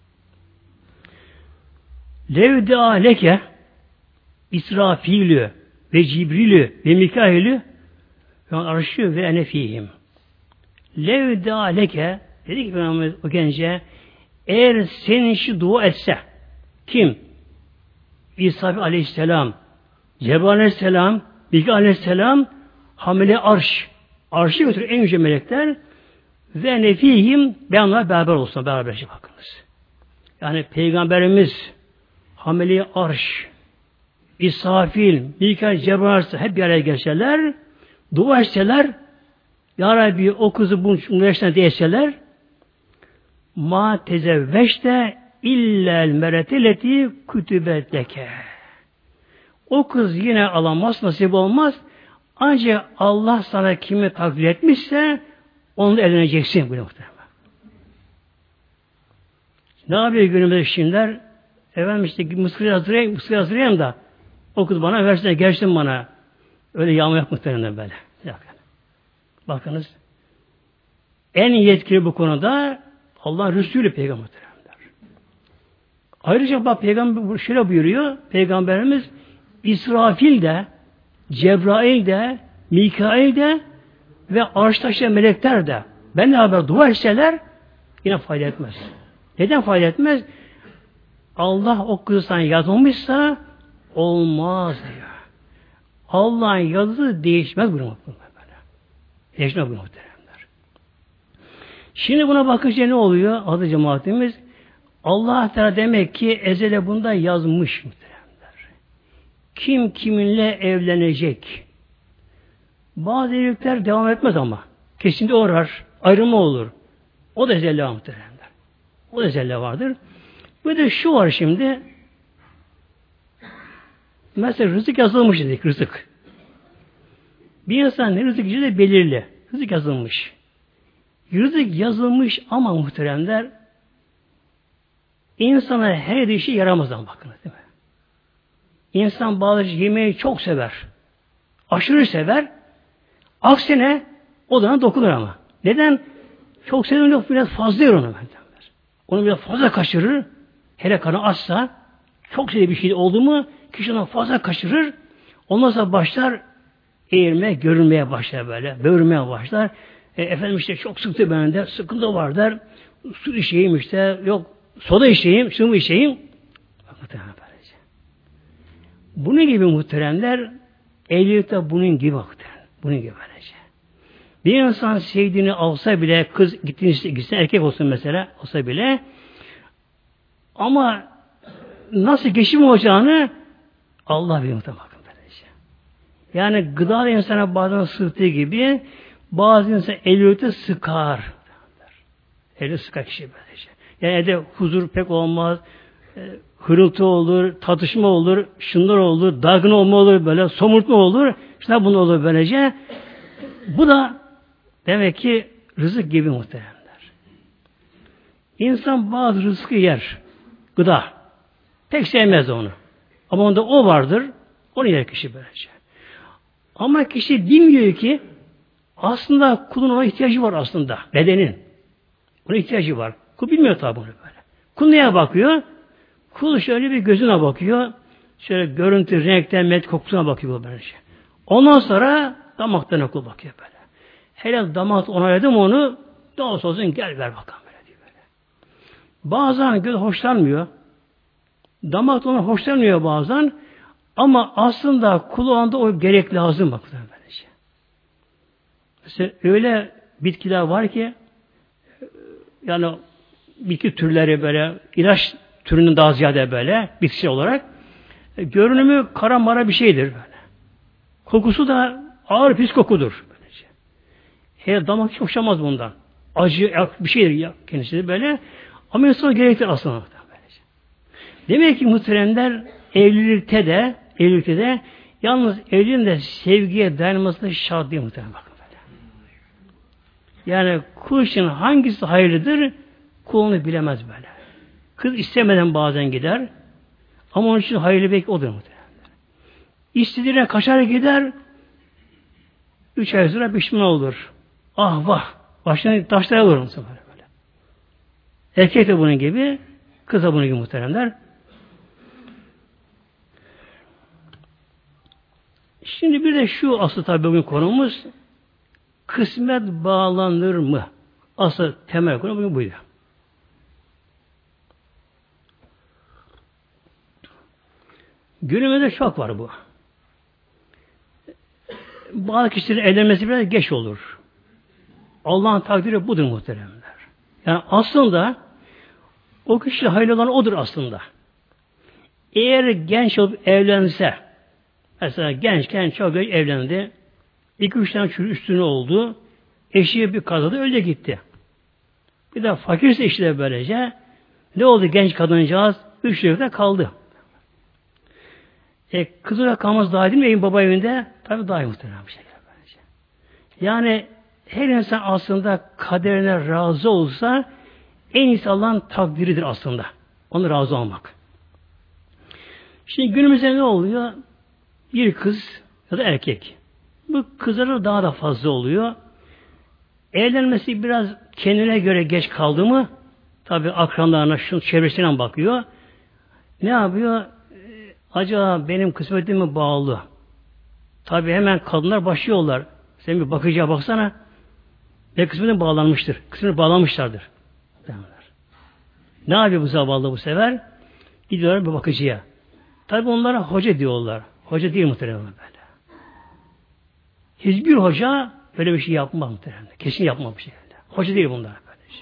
Levde aleke İsrafilü ve Cibrilü ve Mikailü ve arşı ve enefihim. Levde aleke dedi ki Peygamber o gence eğer senin şu dua etse kim? İsa aleyhisselam, Cebrail aleyhisselam, Mikail aleyhisselam hamile arş. Arşı götürür en yüce melekler ve nefihim ben onlarla beraber olsun. Beraber şey bakınız. Yani Peygamberimiz hamile arş, İsrafil, Mikail, Cebrail hep bir araya gelseler, dua etseler, Ya Rabbi o kızı bunun yaşına değseler, ma tezevveşte illel mereteleti kütübetleke. O kız yine alamaz, nasip olmaz. Ancak Allah sana kimi takdir etmişse onu evleneceksin bu muhtemelen. Ne yapıyor günümüzde şimdiler? Efendim işte Mısır yazdırayım, Mısır yazdırayım da o kız bana versene, gelsin bana. Öyle yağma yok muhtemelen böyle. Bakınız. En yetkili bu konuda Allah Resulü Peygamber. Ayrıca bak Peygamber şöyle buyuruyor. Peygamberimiz İsrafil de, Cebrail de, Mikail de ve arştaşlı melekler de benimle haber dua etseler yine fayda etmez. Neden fayda etmez? Allah o kızı sana yazmamışsa olmaz diyor. Allah'ın yazısı değişmez bunu. Değişmez bunu muhteremler. Şimdi buna bakınca ne oluyor? Adı cemaatimiz Allah Teala demek ki ezele bunda yazmış muhteremler. Kim kiminle evlenecek? Bazı evlilikler devam etmez ama. Kesinlikle uğrar. Ayrılma olur. O da ezelle muhteremler. O da ezelle vardır. Bir de şu var şimdi. Mesela rızık yazılmış dedik. Rızık. Bir insan ne rızık de belirli. Rızık yazılmış. Rızık yazılmış ama muhteremler insana her işi yaramaz ama bakın değil mi? İnsan bazı yemeği çok sever. Aşırı sever. Aksine o da dokunur ama. Neden? Çok seviyorum biraz fazla yer onu. Onu biraz fazla kaçırır. Hele kanı açsa çok sevdiği bir şey oldu mu kişi onu fazla kaçırır. Ondan sonra başlar eğilmeye, görünmeye başlar böyle. Böğürmeye başlar. E, efendim işte çok sıktı bende. Sıkıntı var der. Su içeyim işte. Yok soda içeyim. Su mu içeyim? Böylece. Bunun gibi muhteremler evlilikte bunun gibi muhterem. Bunun gibi böylece. Bir insan sevdiğini alsa bile kız gittiğini gitsin erkek olsun mesela olsa bile ama nasıl geçim olacağını Allah bilir muhtemelen. Yani gıda da insana bazen sıktığı gibi bazı insan evlilikte sıkar. Eli sıkar kişi böylece. Yani evde huzur pek olmaz. E, hırıltı olur, tartışma olur, şunlar olur, dargın olma olur, böyle somurtma olur. İşte bunu olur böylece. Bu da demek ki rızık gibi muhteremler. İnsan bazı rızkı yer. Gıda. Pek sevmez onu. Ama onda o vardır. Onu yer kişi böylece. Ama kişi bilmiyor ki aslında kulun ona ihtiyacı var aslında. Bedenin. Ona ihtiyacı var. Kul bilmiyor tabi bunu böyle. Kul neye bakıyor? Kul şöyle bir gözüne bakıyor. Şöyle görüntü, renkten, met kokusuna bakıyor böylece. Ondan sonra damaktan kul bakıyor böyle. Hele damak onayladı mı onu daha olsun gel ver bakalım böyle diyor böyle. Bazen göz hoşlanmıyor. Damak ona hoşlanmıyor bazen. Ama aslında kulağında o gerek lazım bakın böylece. Mesela öyle bitkiler var ki yani bitki türleri böyle ilaç türünün daha ziyade böyle bitkisel olarak görünümü kara mara bir şeydir böyle. Kokusu da ağır pis kokudur böylece. Hele damak hiç hoşlanmaz bundan. Acı bir şeydir ya kendisi de böyle. Ama insan gerektir aslında böylece. Demek ki muhteremler evlilikte de evlilikte de yalnız evliliğin de sevgiye dayanması da şart değil muhtemelen bakın böyle. Yani kul için hangisi hayırlıdır kul onu bilemez böyle. Kız istemeden bazen gider ama onun için hayırlı belki odur muhtemelen. İstediğine kaçar gider üç ay sonra pişman olur. Ah vah başına taşlara vurur muhtemelen böyle. Erkek de bunun gibi kız da bunun gibi muhteremler. Şimdi bir de şu asıl tabi bugün konumuz kısmet bağlanır mı? Asıl temel konu bugün buydu. Günümüzde çok var bu. Bazı kişilerin evlenmesi biraz geç olur. Allah'ın takdiri budur muhteremler. Yani aslında o kişi hayırlı olan odur aslında. Eğer genç olup evlense mesela gençken çok genç evlendi. İki üç tane çocuk üstüne oldu. Eşi bir kazada öyle gitti. Bir de fakirse eşi de böylece. Ne oldu genç kadıncağız? Üç yılda kaldı. E, kızı kalması daha değil mi evin baba evinde? Tabii daha iyi muhtemelen bir şey. Böylece. Yani her insan aslında kaderine razı olsa en iyisi Allah'ın takdiridir aslında. Ona razı olmak. Şimdi günümüzde ne oluyor? Bir kız ya da erkek. Bu kızların daha da fazla oluyor. Evlenmesi biraz kendine göre geç kaldı mı tabi akranlarına, şu çevresine bakıyor. Ne yapıyor? Acaba benim kısmetime bağlı. Tabi hemen kadınlar başlıyorlar. Sen bir bakıcıya baksana. Ne kısmetine bağlanmıştır. Kısmetine bağlanmışlardır. Ne yapıyor bu zavallı bu sefer? Gidiyorlar bir bakıcıya. Tabi onlara hoca diyorlar. Hoca değil muhtemelen böyle. Hiçbir hoca böyle bir şey yapmaz muhtemelen. Kesin yapmaz bir şey. Hoca değil bunlar böylece.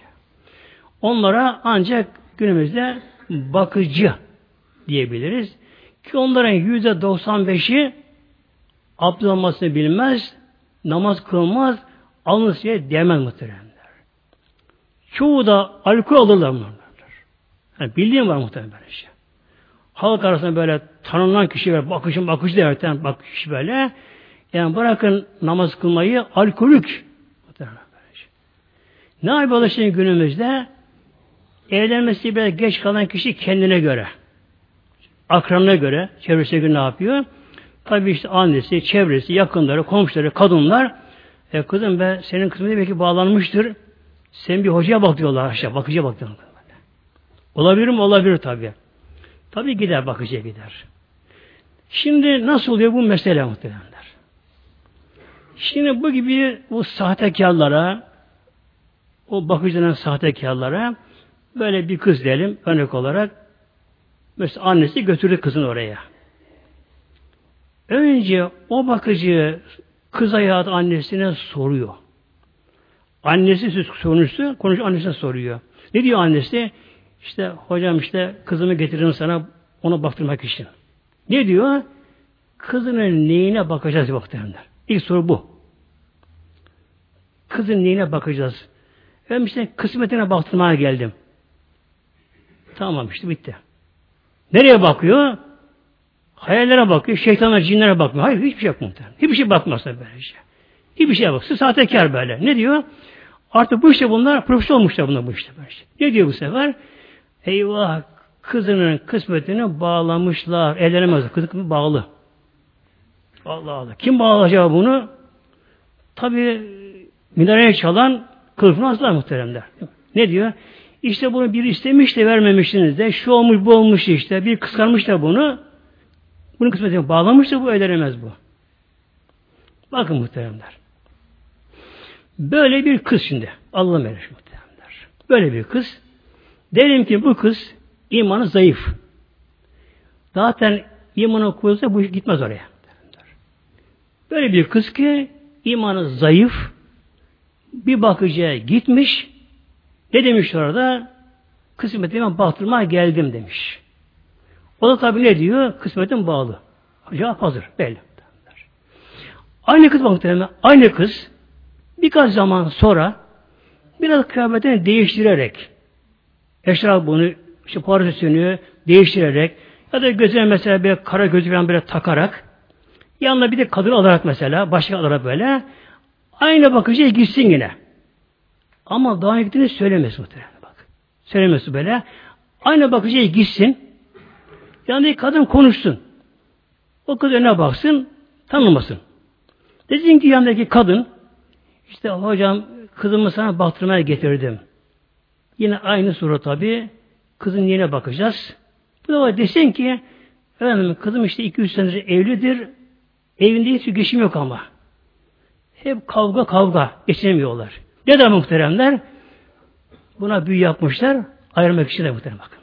Onlara ancak günümüzde bakıcı diyebiliriz. Ki onların yüzde doksan beşi abdest almasını bilmez, namaz kılmaz, alnı size değmez muhteremler. Çoğu da alkol alırlar bunlar. Yani bildiğim var muhtemelen böyle şey. Halk arasında böyle tanınan kişi var, bakışın bakıcı derken bak kişi böyle. Yani bırakın namaz kılmayı, alkolük. Muhtemelen böyle şey. Ne yapıyorlar şimdi günümüzde? Evlenmesi biraz geç kalan kişi kendine göre. Akranına göre, çevresine göre ne yapıyor? Tabii işte annesi, çevresi, yakınları, komşuları, kadınlar e kızım be senin kısmın belki bağlanmıştır. Sen bir hocaya bak diyorlar aşağı, bakıcıya bak diyorlar. Olabilir mi? Olabilir tabii. Tabii gider, bakıcıya gider. Şimdi nasıl oluyor bu mesele muhtemelenler? Şimdi bu gibi bu sahtekarlara, o bakıcının sahtekarlara böyle bir kız diyelim örnek olarak mesela annesi götürdü kızını oraya. Önce o bakıcı kız hayatı annesine soruyor. Annesi söz konusu, konuşuyor annesine soruyor. Ne diyor annesi? İşte hocam işte kızımı getiririm sana ona baktırmak için. Ne diyor? Kızının neyine bakacağız baktırımlar. İlk soru bu. Kızın neyine bakacağız? Ben işte kısmetine baktırmaya geldim. Tamam işte bitti. Nereye bakıyor? Hayallere bakıyor, şeytana, cinlere bakmıyor. Hayır hiçbir şey yok muhtemelen. Hiçbir şey bakmaz böyle şey. Hiçbir şey bakmaz. Sahtekar böyle. Ne diyor? Artık bu işte bunlar profesyonel olmuşlar bunlar bu işte böyle şey. Ne diyor bu sefer? Eyvah kızının kısmetini bağlamışlar. Evlenemez. Kızı bağlı. Allah Allah. Kim bağlayacak bunu? Tabi minareye çalan kılıfını aslar muhteremler. Ne diyor? İşte bunu biri istemiş de vermemişsiniz de şu olmuş bu olmuş işte. Bir kıskanmış da bunu. Bunun kısmetini bağlamış da bu evlenemez bu. Bakın muhteremler. Böyle bir kız şimdi. Allah'ım eriş muhteremler. Böyle bir kız. Diyelim ki bu kız imanı zayıf. Zaten imanı kuvvetse bu gitmez oraya. Böyle bir kız ki imanı zayıf bir bakıcıya gitmiş. Ne demiş orada? Kısmetime baktırmaya geldim demiş. O da tabii ne diyor? Kısmetim bağlı. Cevap hazır. Belli. Aynı kız baktırma. Aynı kız birkaç zaman sonra biraz kıyafetini değiştirerek eşraf bunu işte parasını değiştirerek ya da gözüne mesela bir kara gözlük falan böyle takarak yanına bir de kadın alarak mesela başka alarak böyle aynı bakıcıya gitsin yine. Ama daha gittiğini söylemesin muhtemelen bak. Söylemesin böyle. Aynı bakıcıya gitsin. Yanındaki kadın konuşsun. O kız önüne baksın, tanımasın. Desin ki yanındaki kadın işte hocam kızımı sana baktırmaya getirdim. Yine aynı soru tabi. Kızın yerine bakacağız. Bu da desin ki efendim kızım işte iki üç senedir evlidir. Evinde hiç geçim yok ama. Hep kavga kavga. Geçinemiyorlar. Neden muhteremler? Buna büyü yapmışlar. Ayırmak için de muhterem bakın.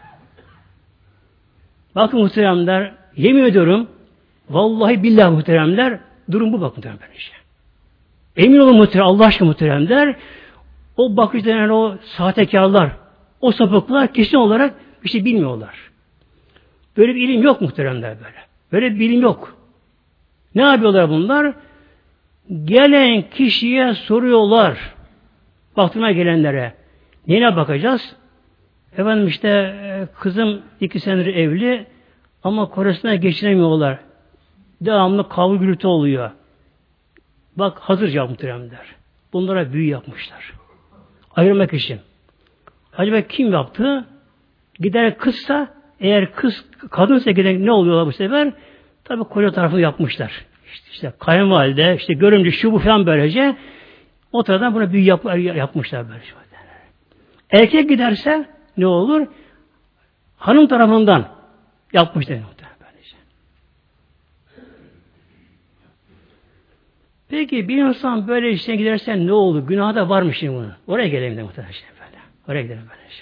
Bakın muhteremler. Yemin ediyorum. Vallahi billahi muhteremler. Durum bu bakın muhterem böyle şey. Emin olun muhterem. Allah aşkına muhteremler. O bakıcılar, o sahtekarlar, o sapıklar kesin olarak bir şey bilmiyorlar. Böyle bir ilim yok muhteremler böyle. Böyle bir bilim yok. Ne yapıyorlar bunlar? Gelen kişiye soruyorlar. Baktırmaya gelenlere. Neyine bakacağız? Efendim işte kızım iki senedir evli ama kocasına geçinemiyorlar. Devamlı kavga gürültü oluyor. Bak hazır cevap muhteremler. Bunlara büyü yapmışlar. Ayırmak için. Acaba kim yaptı? Gider kızsa, eğer kız kadınsa giden ne oluyorlar bu sefer? Tabi koca tarafını yapmışlar. İşte, işte kayınvalide, işte görümcü şu bu falan böylece o taraftan buna büyü yap, yapmışlar böylece. Erkek giderse ne olur? Hanım tarafından yapmışlar. Böylece. Peki bir insan böyle işine giderse ne olur? Günah da varmış şimdi bunun. Oraya gelelim de muhtemelen. Böyle. Oraya gidelim böylece.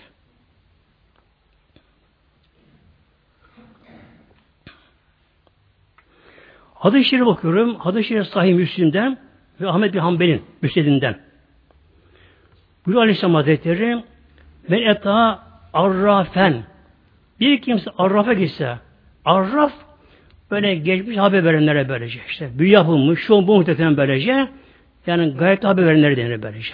Hadis-i Şerif'e bakıyorum. Hadis-i Şerif Sahih Müslim'den ve Ahmed bin Hanbel'in Müsned'inden. Buyuruyor Aleyhisselam Hazretleri Men eta arrafen. Bir kimse arrafa gitse, arraf böyle geçmiş haber verenlere böylece. İşte büyü yapılmış, şu bu muhtemelen böylece. Yani gayet haber verenlere denir böylece.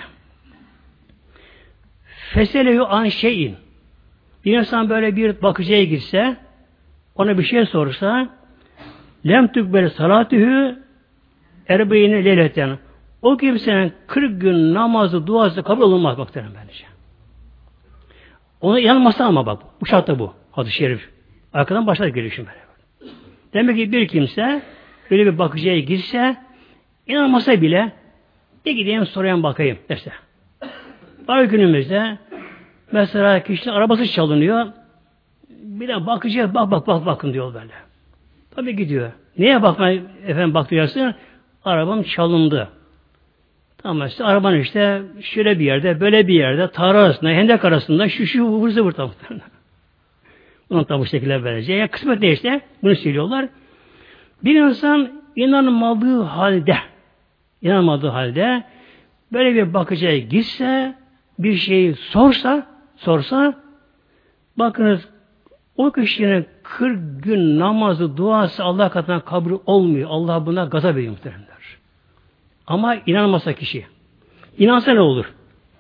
Feselehu an şeyin. Bir insan böyle bir bakıcıya gitse, ona bir şey sorsa, lem tükbel salatühü erbeyine leyleten. O kimsenin kırk gün namazı, duası kabul olunmaz muhtemelen böylece. Ona inanmasa ama bak, bu şartta bu. Hadis-i şerif. Arkadan başlar gelişim böyle. Demek ki bir kimse böyle bir bakıcıya gitse, inanmasa bile bir gideyim sorayım bakayım derse. Var günümüzde mesela kişinin arabası çalınıyor. Bir de bakıcıya bak bak bak bakın diyor böyle. Tabii gidiyor. Neye bakmaya efendim baktırıyorsun? Arabam çalındı. Tamam işte araban işte şöyle bir yerde, böyle bir yerde, tarla arasında, hendek arasında şu şu vur zıvır tamam. Bunu da bu şekilde verecek. Ya kısmet ne işte? Bunu söylüyorlar. Bir insan inanmadığı halde, inanmadığı halde böyle bir bakıcıya gitse, bir şeyi sorsa, sorsa, bakınız o kişinin kırk gün namazı, duası Allah katından kabul olmuyor. Allah buna gazap ediyor muhtemelenler. Ama inanmasa kişi. İnansa ne olur?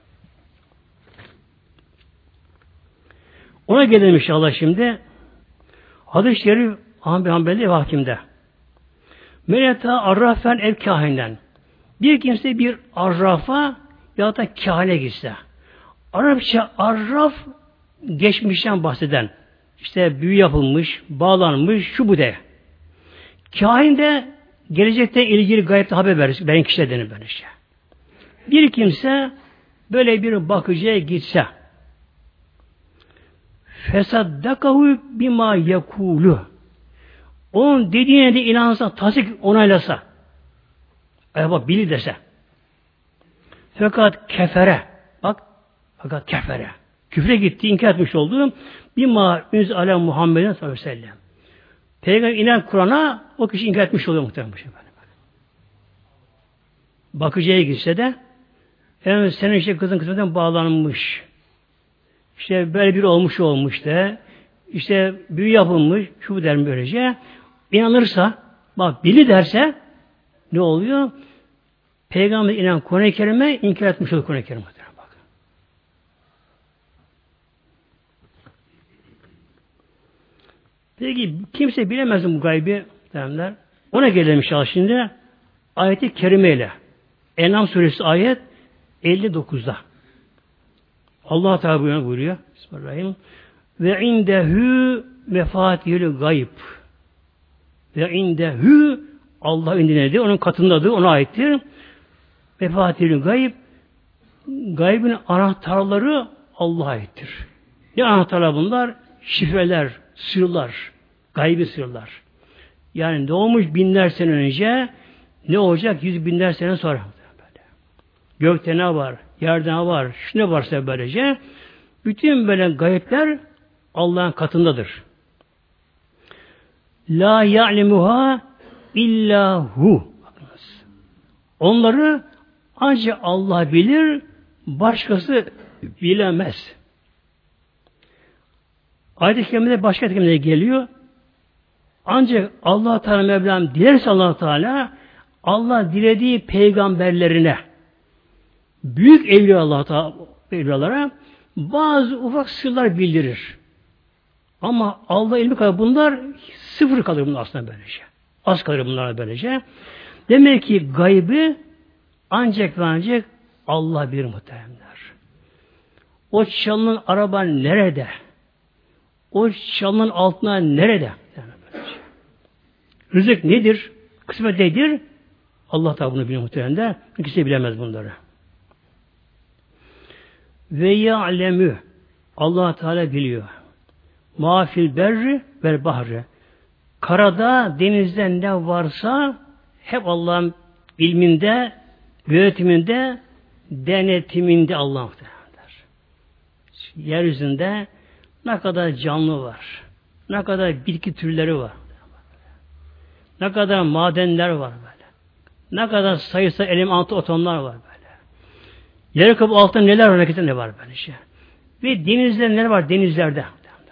Ona gelelim inşallah şimdi. Hadis-i Şerif Ahmet bin Hanbel'de ve Hakim'de. Meleta arrafen ev kahinden. Bir kimse bir arrafa ya da kahine gitse. Arapça arraf geçmişten bahseden. İşte büyü yapılmış, bağlanmış, şu bu de. Kahin de gelecekte ilgili gayipte haber verir. Veren kişiler denir böyle şey. Bir kimse böyle bir bakıcıya gitse fesaddakahu bima yekulu. Onun dediğine de inansa, tasdik onaylasa, bak bili dese. Fakat kefere, bak, fakat kefere. Küfre gitti, inkar etmiş olduğum bima üz ala Muhammed'in sallallahu aleyhi ve sellem. Peygamber inen Kur'an'a o kişi inkar etmiş oluyor muhtemelen. Bakıcıya gitse de yani senin işte kızın kısmeten bağlanmış. İşte böyle bir olmuş olmuş da işte büyü yapılmış şu der böylece inanırsa bak bili derse ne oluyor? Peygamber inen Kur'an-ı Kerim'e inkar etmiş olur Kur'an-ı Kerim'e. Bak. Peki kimse bilemez bu gaybi derler. Ona gelelim inşallah şimdi ayet-i kerimeyle. En'am suresi ayet elli dokuzda. Allah Teala buyuruyor. Bismillahirrahmanirrahim. Ve indehü mefatihül gayb. Ve indehü Allah indindedir. Onun katındadır. Ona aittir. Mefatihül gayb. Gaybın anahtarları Allah'a aittir. Ne anahtarlar bunlar? Şifreler, sırlar. Gaybi sırlar. Yani doğmuş binler sene önce ne olacak yüz binler sene sonra? Böyle. Gökte ne var? Yerde ne var? Şu ne varsa böylece bütün böyle gayetler Allah'ın katındadır. La ya'lemuha illa hu. Bakınız. Onları ancak Allah bilir, başkası bilemez. Ayet-i kerimede başka ayet-i kerimede geliyor. Ancak Allah Teala Mevlam dilerse Allah Teala Allah dilediği peygamberlerine büyük evliya Allah Teala evliyalara bazı ufak sırlar bildirir. Ama Allah ilmi kadar bunlar sıfır kalır bunlar aslında böylece. Az kalır bunlar böylece. Demek ki gaybı ancak ve ancak Allah bilir muhtemelenler. O çalınan araba nerede? O çalınan altına nerede? Yani rızık nedir? Kısmet nedir? Allah Teala bunu biliyor muhtemelen. Kimse bilemez bunları. Ve ya'lemü Allah Teala biliyor. Mafil berri vel bahri. Karada, denizde ne varsa hep Allah'ın ilminde, yönetiminde, denetiminde Allah muhtemelenler. Yeryüzünde ne kadar canlı var. Ne kadar bitki türleri var. Ne kadar madenler var böyle. Ne kadar sayısı elim altı atomlar var böyle. Yer kapı altında neler var, ne var böyle şey. Ve denizler neler var denizlerde?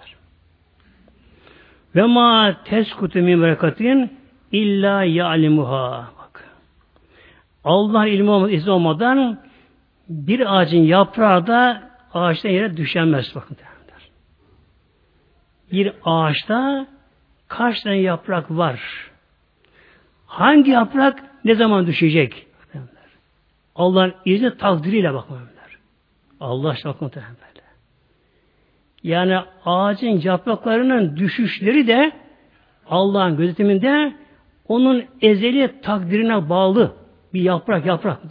Ve ma teskutu min berekatin illa ya'limuha. Bak. Allah'ın ilmi olmadan, izni olmadan bir ağacın yaprağı da ağaçtan yere düşemez. Bakın. Bir ağaçta kaç tane yaprak var? Hangi yaprak ne zaman düşecek? Allah'ın izni takdiriyle bakmalılar. Allah aşkına bakın böyle. Yani ağacın yapraklarının düşüşleri de Allah'ın gözetiminde onun ezeli takdirine bağlı bir yaprak yaprak.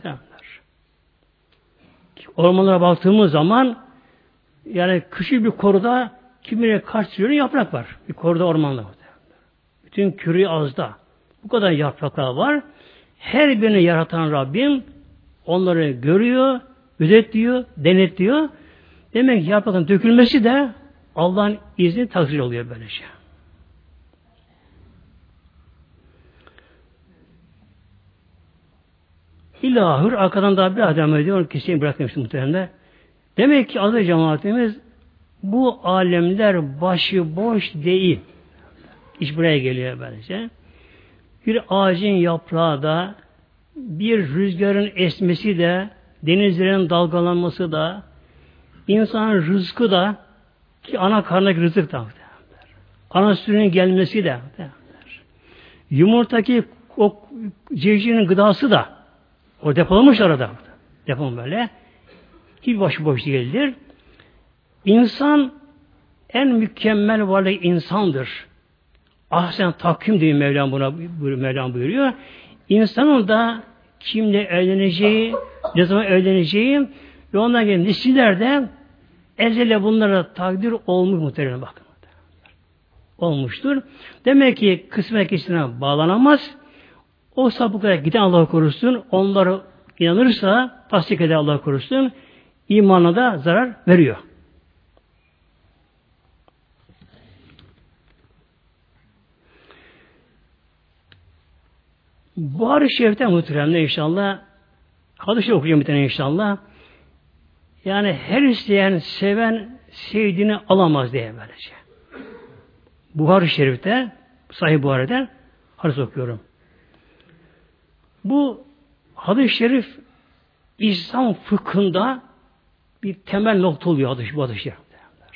Ormanlara baktığımız zaman yani küçük bir koruda kimine kaç trilyon yaprak var. Bir koruda ormanda. Bütün kürü azda. Bu kadar yapraklar var. Her birini yaratan Rabbim onları görüyor, gözetliyor, denetliyor. Demek ki yaprakların dökülmesi de Allah'ın izni takdir oluyor böylece. İlahır arkadan daha bir adam ediyor. Kişiyi bırakmıştım muhtemelen. Demek ki adı cemaatimiz bu alemler başı boş değil. İş buraya geliyor böylece. Bir ağacın yaprağı da bir rüzgarın esmesi de denizlerin dalgalanması da İnsanın rızkı da ki ana karnındaki rızık da ana sütünün gelmesi de yumurtaki o civcivin gıdası da o depolamış arada. Depolum böyle. Hiç başıboş değildir. İnsan en mükemmel varlık insandır. Ahsen takvim diye Mevlam buna Mevlam buyuruyor. İnsanın da kimle evleneceği, ne zaman evleneceği ve ondan gelen nesiller de ezele bunlara takdir olmuş muhtemelen bakın. Olmuştur. Demek ki kısmet kişisine bağlanamaz. O sapıklara giden Allah korusun. Onlara inanırsa tasdik eder Allah korusun. İmanına da zarar veriyor. Buhari Şerif'te muhteremler inşallah hadis-i okuyacağım bir tane inşallah. Yani her isteyen, seven sevdiğini alamaz diye böylece. Buhari Şerif'te, Sahih Buhari'den hadis okuyorum. Bu hadis-i şerif İslam fıkhında bir temel nokta oluyor hadis, bu hadis-i şerif.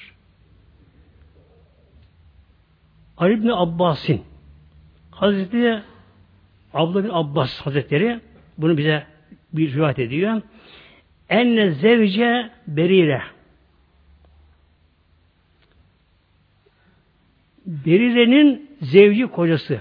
Ali İbni Abbas'ın Hazreti Abdullah bin Abbas Hazretleri bunu bize bir rivayet ediyor. Enne zevce berire. Berire'nin zevci kocası.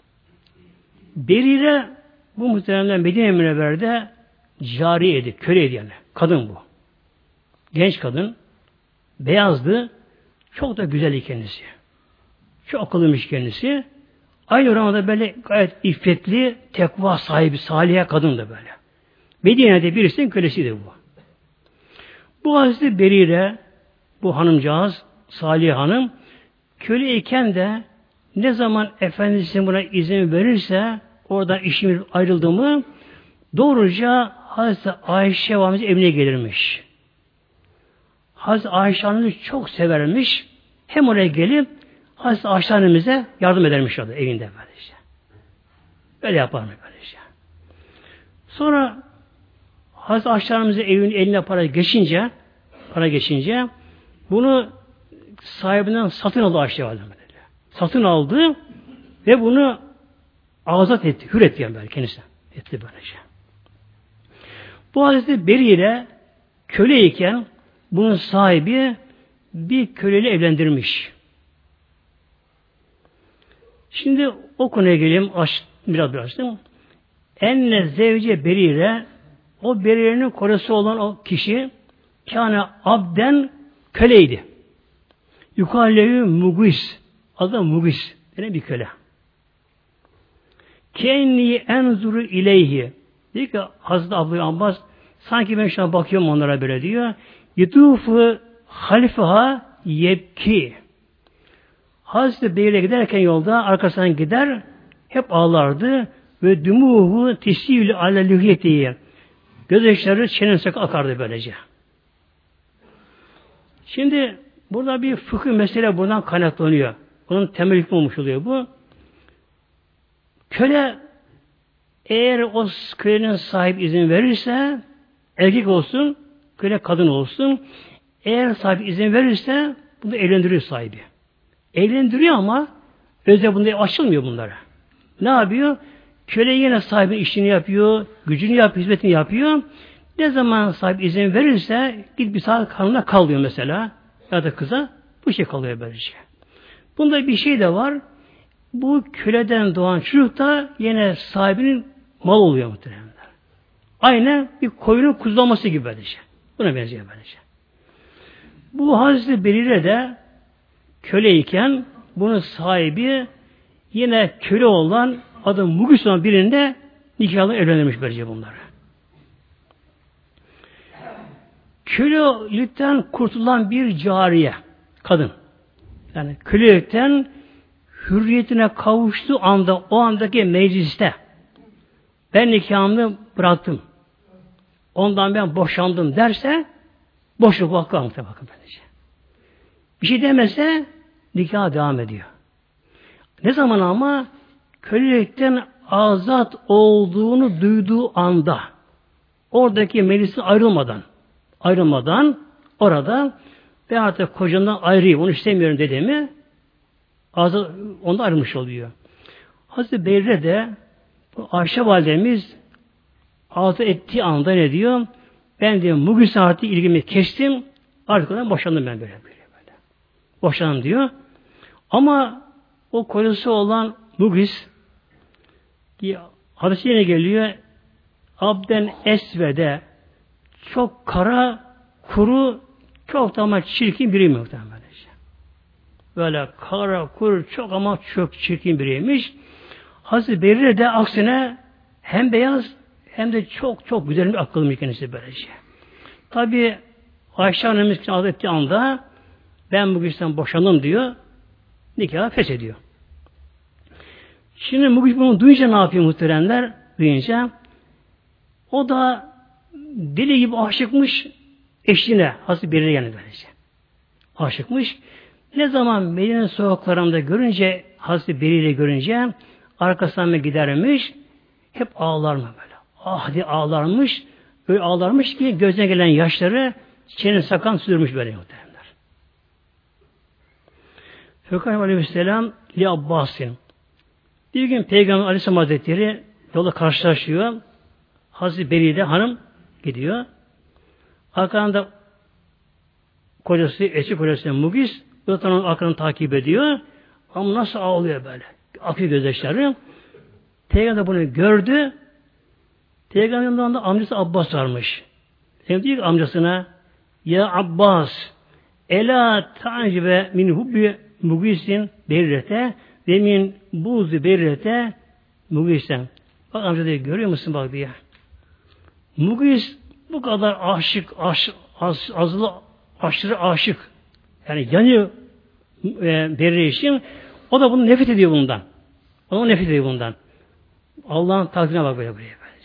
Berire bu muhtemelen Medine Münevver'de cariyedi, köleydi yani. Kadın bu. Genç kadın. Beyazdı. Çok da güzeldi kendisi. Çok akıllıymış kendisi. Aynı zamanda böyle gayet iffetli, tekva sahibi, salihe kadın da böyle. Medine'de birisinin kölesiydi bu. Bu Hazreti Berire, bu hanımcağız, Salih Hanım, köleyken de ne zaman Efendisi buna izin verirse, oradan işimiz ayrıldı mı, doğruca Hazreti Ayşe Validemiz evine gelirmiş. Hazreti Ayşe Hanım'ı çok severmiş, hem oraya gelip Hazreti Ayşe Hanım'ıza yardım edermiş orada evinde böylece. Böyle yaparmış böylece. Sonra Hazreti Ayşe Hanım'ızın evinin eline para geçince para geçince bunu sahibinden satın aldı Ayşe Validemiz. Satın aldı ve bunu azat etti, hür etti yani böyle kendisine. Etti böylece. Bu Hazreti Berire köleyken bunun sahibi bir köleyle evlendirmiş. Şimdi o konuya geleyim. Aç, biraz biraz açtım. Enne zevce Berire, o Berire'nin kocası olan o kişi kâne abden köleydi. Yukallehu Mugis. Adı Mugis. Denen bir köle. Kenni enzuru ileyhi. Diyor ki Hazreti Abdülhamid Abbas, sanki ben şu an bakıyorum onlara böyle diyor. Yutufu halfaha yebki. Hazreti Bey'le giderken yolda arkasından gider, hep ağlardı ve dumuhu tisivli ale lühyetiye. Gözyaşları çenesine akardı böylece. Şimdi burada bir fıkıh mesele buradan kaynaklanıyor. Bunun temel hükmü olmuş oluyor bu. Köle eğer o kölenin sahibi izin verirse erkek olsun, köle kadın olsun, eğer sahibi izin verirse bunu evlendiriyor sahibi. Evlendiriyor ama özel bunda açılmıyor bunlara. Ne yapıyor? Köle yine sahibinin işini yapıyor, gücünü yapıyor, hizmetini yapıyor. Ne zaman sahibi izin verirse git bir saat karnına kalıyor mesela. Ya da kıza bu şey kalıyor böylece. Bunda bir şey de var. Bu köleden doğan çocuk da yine sahibinin mal oluyor muhtemelen. Aynı bir koyunun kuzulaması gibi böylece. Buna benziyor böylece. Bu Hazreti Berire de köleyken bunun sahibi yine köle olan adı Mugis olan birinde nikahla evlenirmiş böylece bunları. Kölelikten kurtulan bir cariye, kadın. Yani kölelikten hürriyetine kavuştuğu anda, o andaki mecliste ben nikahımı bıraktım. Ondan ben boşandım derse boşluk hakkı almakta bakın böylece. Bir şey demese nikah devam ediyor. Ne zaman ama kölelikten azat olduğunu duyduğu anda oradaki meclisi ayrılmadan ayrılmadan orada ben artık kocamdan ayrıyım, onu istemiyorum dediğimi azat, onda ayrılmış oluyor. Hazreti Berre de bu Ayşe validemiz azat ettiği anda ne diyor? Ben diyor Mugis artık ilgimi kestim, artık ondan boşandım ben böyle böyle böyle. Boşandım diyor. Ama o kocası olan Mugis hadisi yine geliyor. Abden Esve'de çok kara, kuru, çok da ama çirkin biriymiş muhtemelen. Böyle kara, kuru, çok ama çok çirkin biriymiş. Hazreti Berire de aksine hem beyaz hem de çok çok güzel bir akıllı kendisi böylece. Tabi Ayşe annemiz için adet ettiği anda ben bu güçten boşandım diyor. Nikahı feshediyor. Şimdi bu güç bunu duyunca ne yapıyor muhteremler? Duyunca o da deli gibi aşıkmış eşine. Hazreti Berire yani böylece. Aşıkmış. Ne zaman Medine sokaklarında görünce Hazreti Berire görünce arkasından gidermiş. Hep ağlar mı böyle? Ah diye ağlarmış. Öyle ağlarmış ki gözüne gelen yaşları çeneni sakan sürdürmüş böyle muhteremler. Fekâne aleyhisselam li Abbas'ın. Bir gün Peygamber Aleyhisselam Hazretleri yolda karşılaşıyor. Hazreti Berire hanım gidiyor. Arkadan kocası, eski kocası Mugis, zaten onun arkadan takip ediyor. Ama nasıl ağlıyor böyle? Akıyor gözyaşları. Peygamber bunu gördü. Peygamber'in de amcası Abbas varmış. Peygamber diyor ki amcasına ya Abbas ela tancibe min hubbi Mugis'in berrete ve min buzi berrete Mugis'ten. Bak amca diyor, görüyor musun bak diye. Mugis bu kadar aşık, aşık az, azılı, aşırı aşık. Yani yanıyor e, Berre için. O da bunu nefret ediyor bundan. O da nefret ediyor bundan. Allah'ın takdirine bak böyle buraya böylece.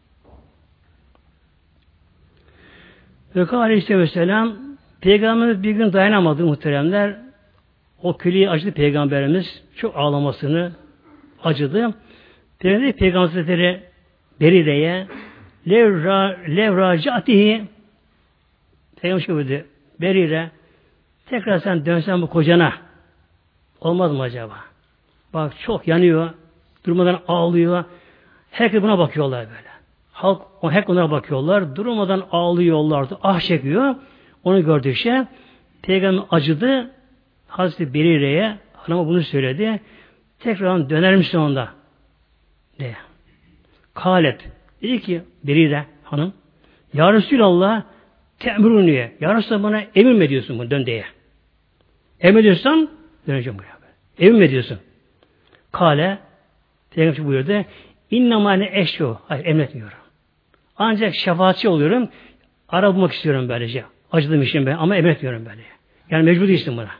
Veka Aleyhisselam Peygamberimiz bir gün dayanamadı muhteremler. O köleyi acıdı Peygamberimiz. Çok ağlamasını acıdı. Peygamber Peygamberleri Berire'ye levra levracatihi Peygamber şöyle dedi. Berire tekrar sen dönsen bu kocana olmaz mı acaba? Bak çok yanıyor. Durmadan ağlıyor. Herkes buna bakıyorlar böyle. Halk hep onlara bakıyorlar. Durmadan ağlıyorlardı. Ah çekiyor. Onu gördükçe Peygamber acıdı. Hazreti Berire'ye hanıma bunu söyledi. Tekrar döner misin onda? De. Kalet. Dedi ki Berire hanım Ya Resulallah te'mürünüye. Ya Resulallah bana emir mi ediyorsun bunu dön diye. Emir ediyorsan döneceğim buraya. Emir mi ediyorsun? Kale Peygamber buyurdu. İnnemâne eşyo. Hayır emretmiyorum. Ancak şefaatçi oluyorum. Ara bulmak istiyorum böylece. Acıdım işim ben ama emretmiyorum böyle. Yani mecbur değilsin buna.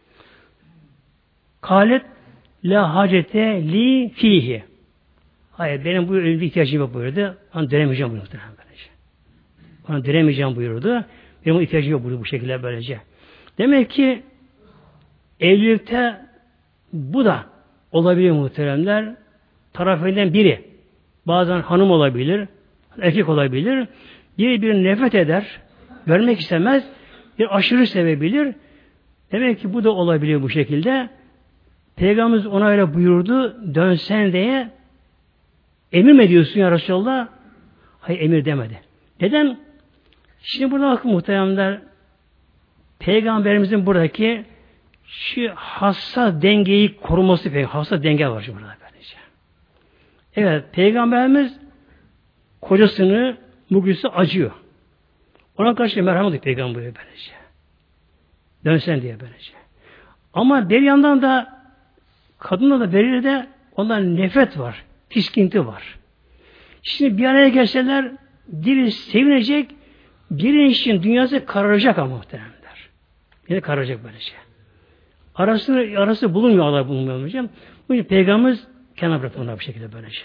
Kalet la hacete li fihi. Hayır benim bu ölümde ihtiyacım yok buyurdu. Ben dönemeyeceğim bunu muhtemelen böylece. Bana dönemeyeceğim buyurdu. Benim o ihtiyacım yok buyurdu bu şekilde böylece. Demek ki evlilikte bu da olabilir muhteremler. Tarafından biri, bazen hanım olabilir, erkek olabilir, biri bir nefret eder, görmek istemez, bir aşırı sevebilir. Demek ki bu da olabilir bu şekilde. Peygamberimiz ona öyle buyurdu, dönsen diye. Emir mi ediyorsun ya Resulallah? Hayır, emir demedi. Neden? Şimdi burada bakın muhteremler, Peygamberimizin buradaki şu hassas dengeyi koruması, hassas denge var şimdi burada böylece. Evet, Peygamberimiz kocasını, Mughis'e acıyor. Ona karşı merhamet ediyor Peygamber böylece. Dönsen diye böylece. Ama bir yandan da kadınla da biriyle de ondan nefret var, tiskinti var. Şimdi bir araya gelseler biri sevinecek, birinin için dünyası kararacak ama muhteremler. Yine kararacak böylece. Arasını, arası bulunmuyor, Allah bulunmuyor hocam. Bu yüzden Peygamberimiz kenar bıraktı ona bir şekilde böylece.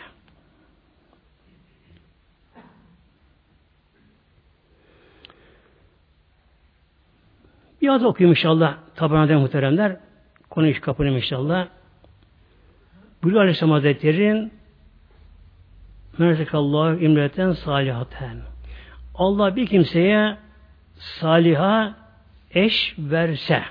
Bir adı okuyayım inşallah. Tabanada muhteremler. Konuyu kapınım inşallah. Bülü Aleyhisselam Hazretleri'nin Merzekallahu imreten salihaten. Allah bir kimseye saliha eş verse,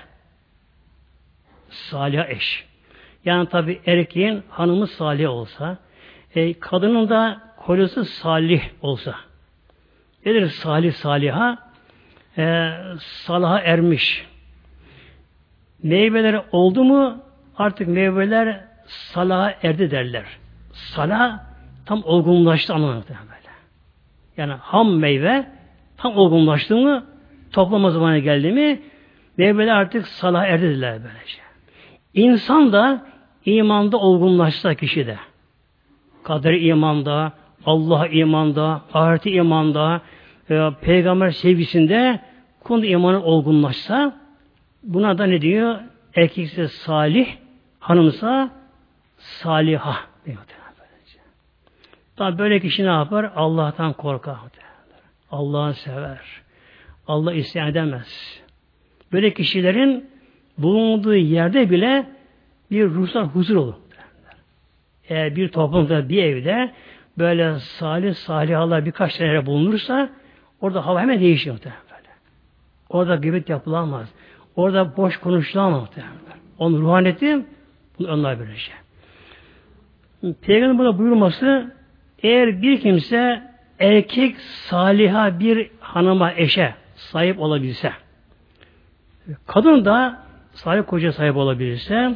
salih eş. Yani tabi erkeğin hanımı salih olsa, e, kadının da kocası salih olsa. Nedir salih saliha? E, salaha ermiş. Meyveleri oldu mu artık meyveler salaha erdi derler. Salah tam olgunlaştı anlamında böyle. Yani ham meyve tam olgunlaştı mı, toplama zamanı geldi mi meyveler artık salaha erdi derler böylece. İnsan da imanda olgunlaşsa kişi de. Kader imanda, Allah imanda, ahireti imanda, e, peygamber sevgisinde konuda imanı olgunlaşsa buna da ne diyor? Erkekse salih, hanımsa saliha diyor. Tabi böyle kişi ne yapar? Allah'tan korkar. Allah'ı sever. Allah isyan edemez. Böyle kişilerin bulunduğu yerde bile bir ruhsal huzur olur. Eğer bir toplumda, bir evde böyle salih, salihalar birkaç tane bulunursa orada hava hemen değişiyor. Böyle. Orada gıybet yapılamaz. Orada boş konuşulamaz. Onun ruhaniyeti bunu onlar böyle şey. Peygamberin burada buyurması eğer bir kimse erkek saliha bir hanıma, eşe sahip olabilse, kadın da salih koca sahip olabilirse,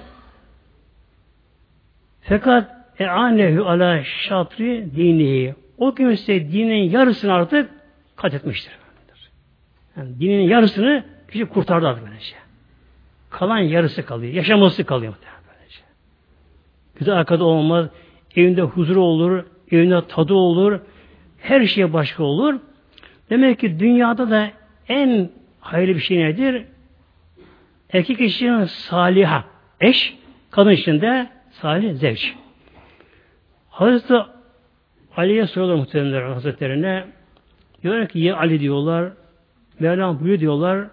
fakat e'anehu ala şatri dinihi, o kimse dinin yarısını artık kat etmiştir. Yani dinin yarısını kişi kurtardı artık böylece. Kalan yarısı kalıyor. Yaşaması kalıyor. Böylece. Güzel arkada olmaz. Evinde huzuru olur. Evinde tadı olur. Her şeye başka olur. Demek ki dünyada da en hayırlı bir şey nedir? Erkek için saliha eş, kadın için de salih zevç. Hazreti Ali'ye soruyorlar muhtemelen Hazretlerine. Diyorlar ki ya Ali diyorlar, Mevlam buyuruyor diyorlar,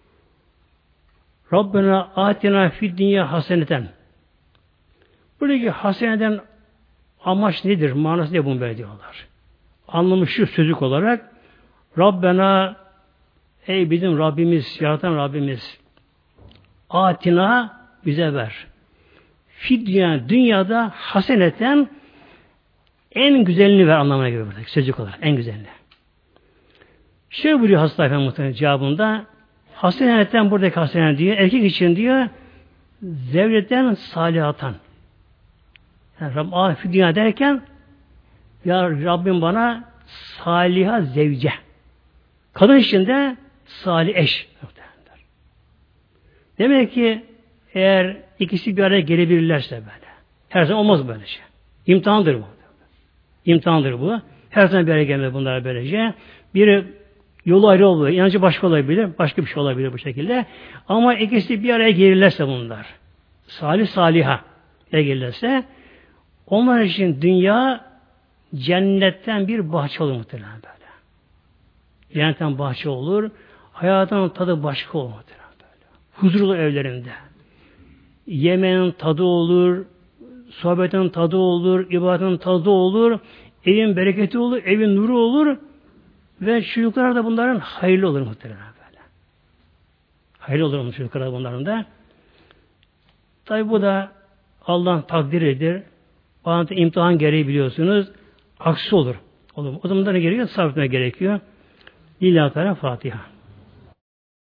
Rabbena atina fid dünya haseneten. Buradaki haseneden amaç nedir? Manası ne bunu böyle diyorlar. Anlamı şu sözlük olarak Rabbena, ey bizim Rabbimiz, yaratan Rabbimiz, atina bize ver. Fid dünya, dünyada haseneten en güzelini ver anlamına geliyor buradaki sözcük olarak. En güzelini. Şöyle buyuruyor Hasta Efendi muhtemelen cevabında, hasenetten buradaki hasene diyor, erkek için diyor, zevletten salihatan. Yani Rabbim afiyet dünya derken, ya Rabbim bana saliha zevce. Kadın için de salih eş. Demek ki eğer ikisi bir araya gelebilirlerse böyle. Her zaman olmaz böyle şey. İmtihandır bu. İmtihandır bu. Her zaman bir araya gelmez bunlar böylece. Biri yolu ayrı olabilir. İnancı başka olabilir. Başka bir şey olabilir bu şekilde. Ama ikisi bir araya gelirlerse bunlar. Salih saliha gelirlerse onlar için dünya cennetten bir bahçe olur muhtemelen böyle. Cennetten bahçe olur. Hayatın tadı başka olur muhtemelen böyle. huzurlu evlerinde. Yemeğin tadı olur, sohbetin tadı olur, ibadetin tadı olur, evin bereketi olur, evin nuru olur ve çocuklar da bunların hayırlı olur muhtemelen böyle. Hayırlı olur mu çocuklar bunların da? Tabi bu da Allah'ın takdiridir. Bazen imtihan gereği biliyorsunuz. Aksi olur. Olur. O zaman da ne gerekiyor? Sabretmek gerekiyor. Lillahi Teala Fatiha.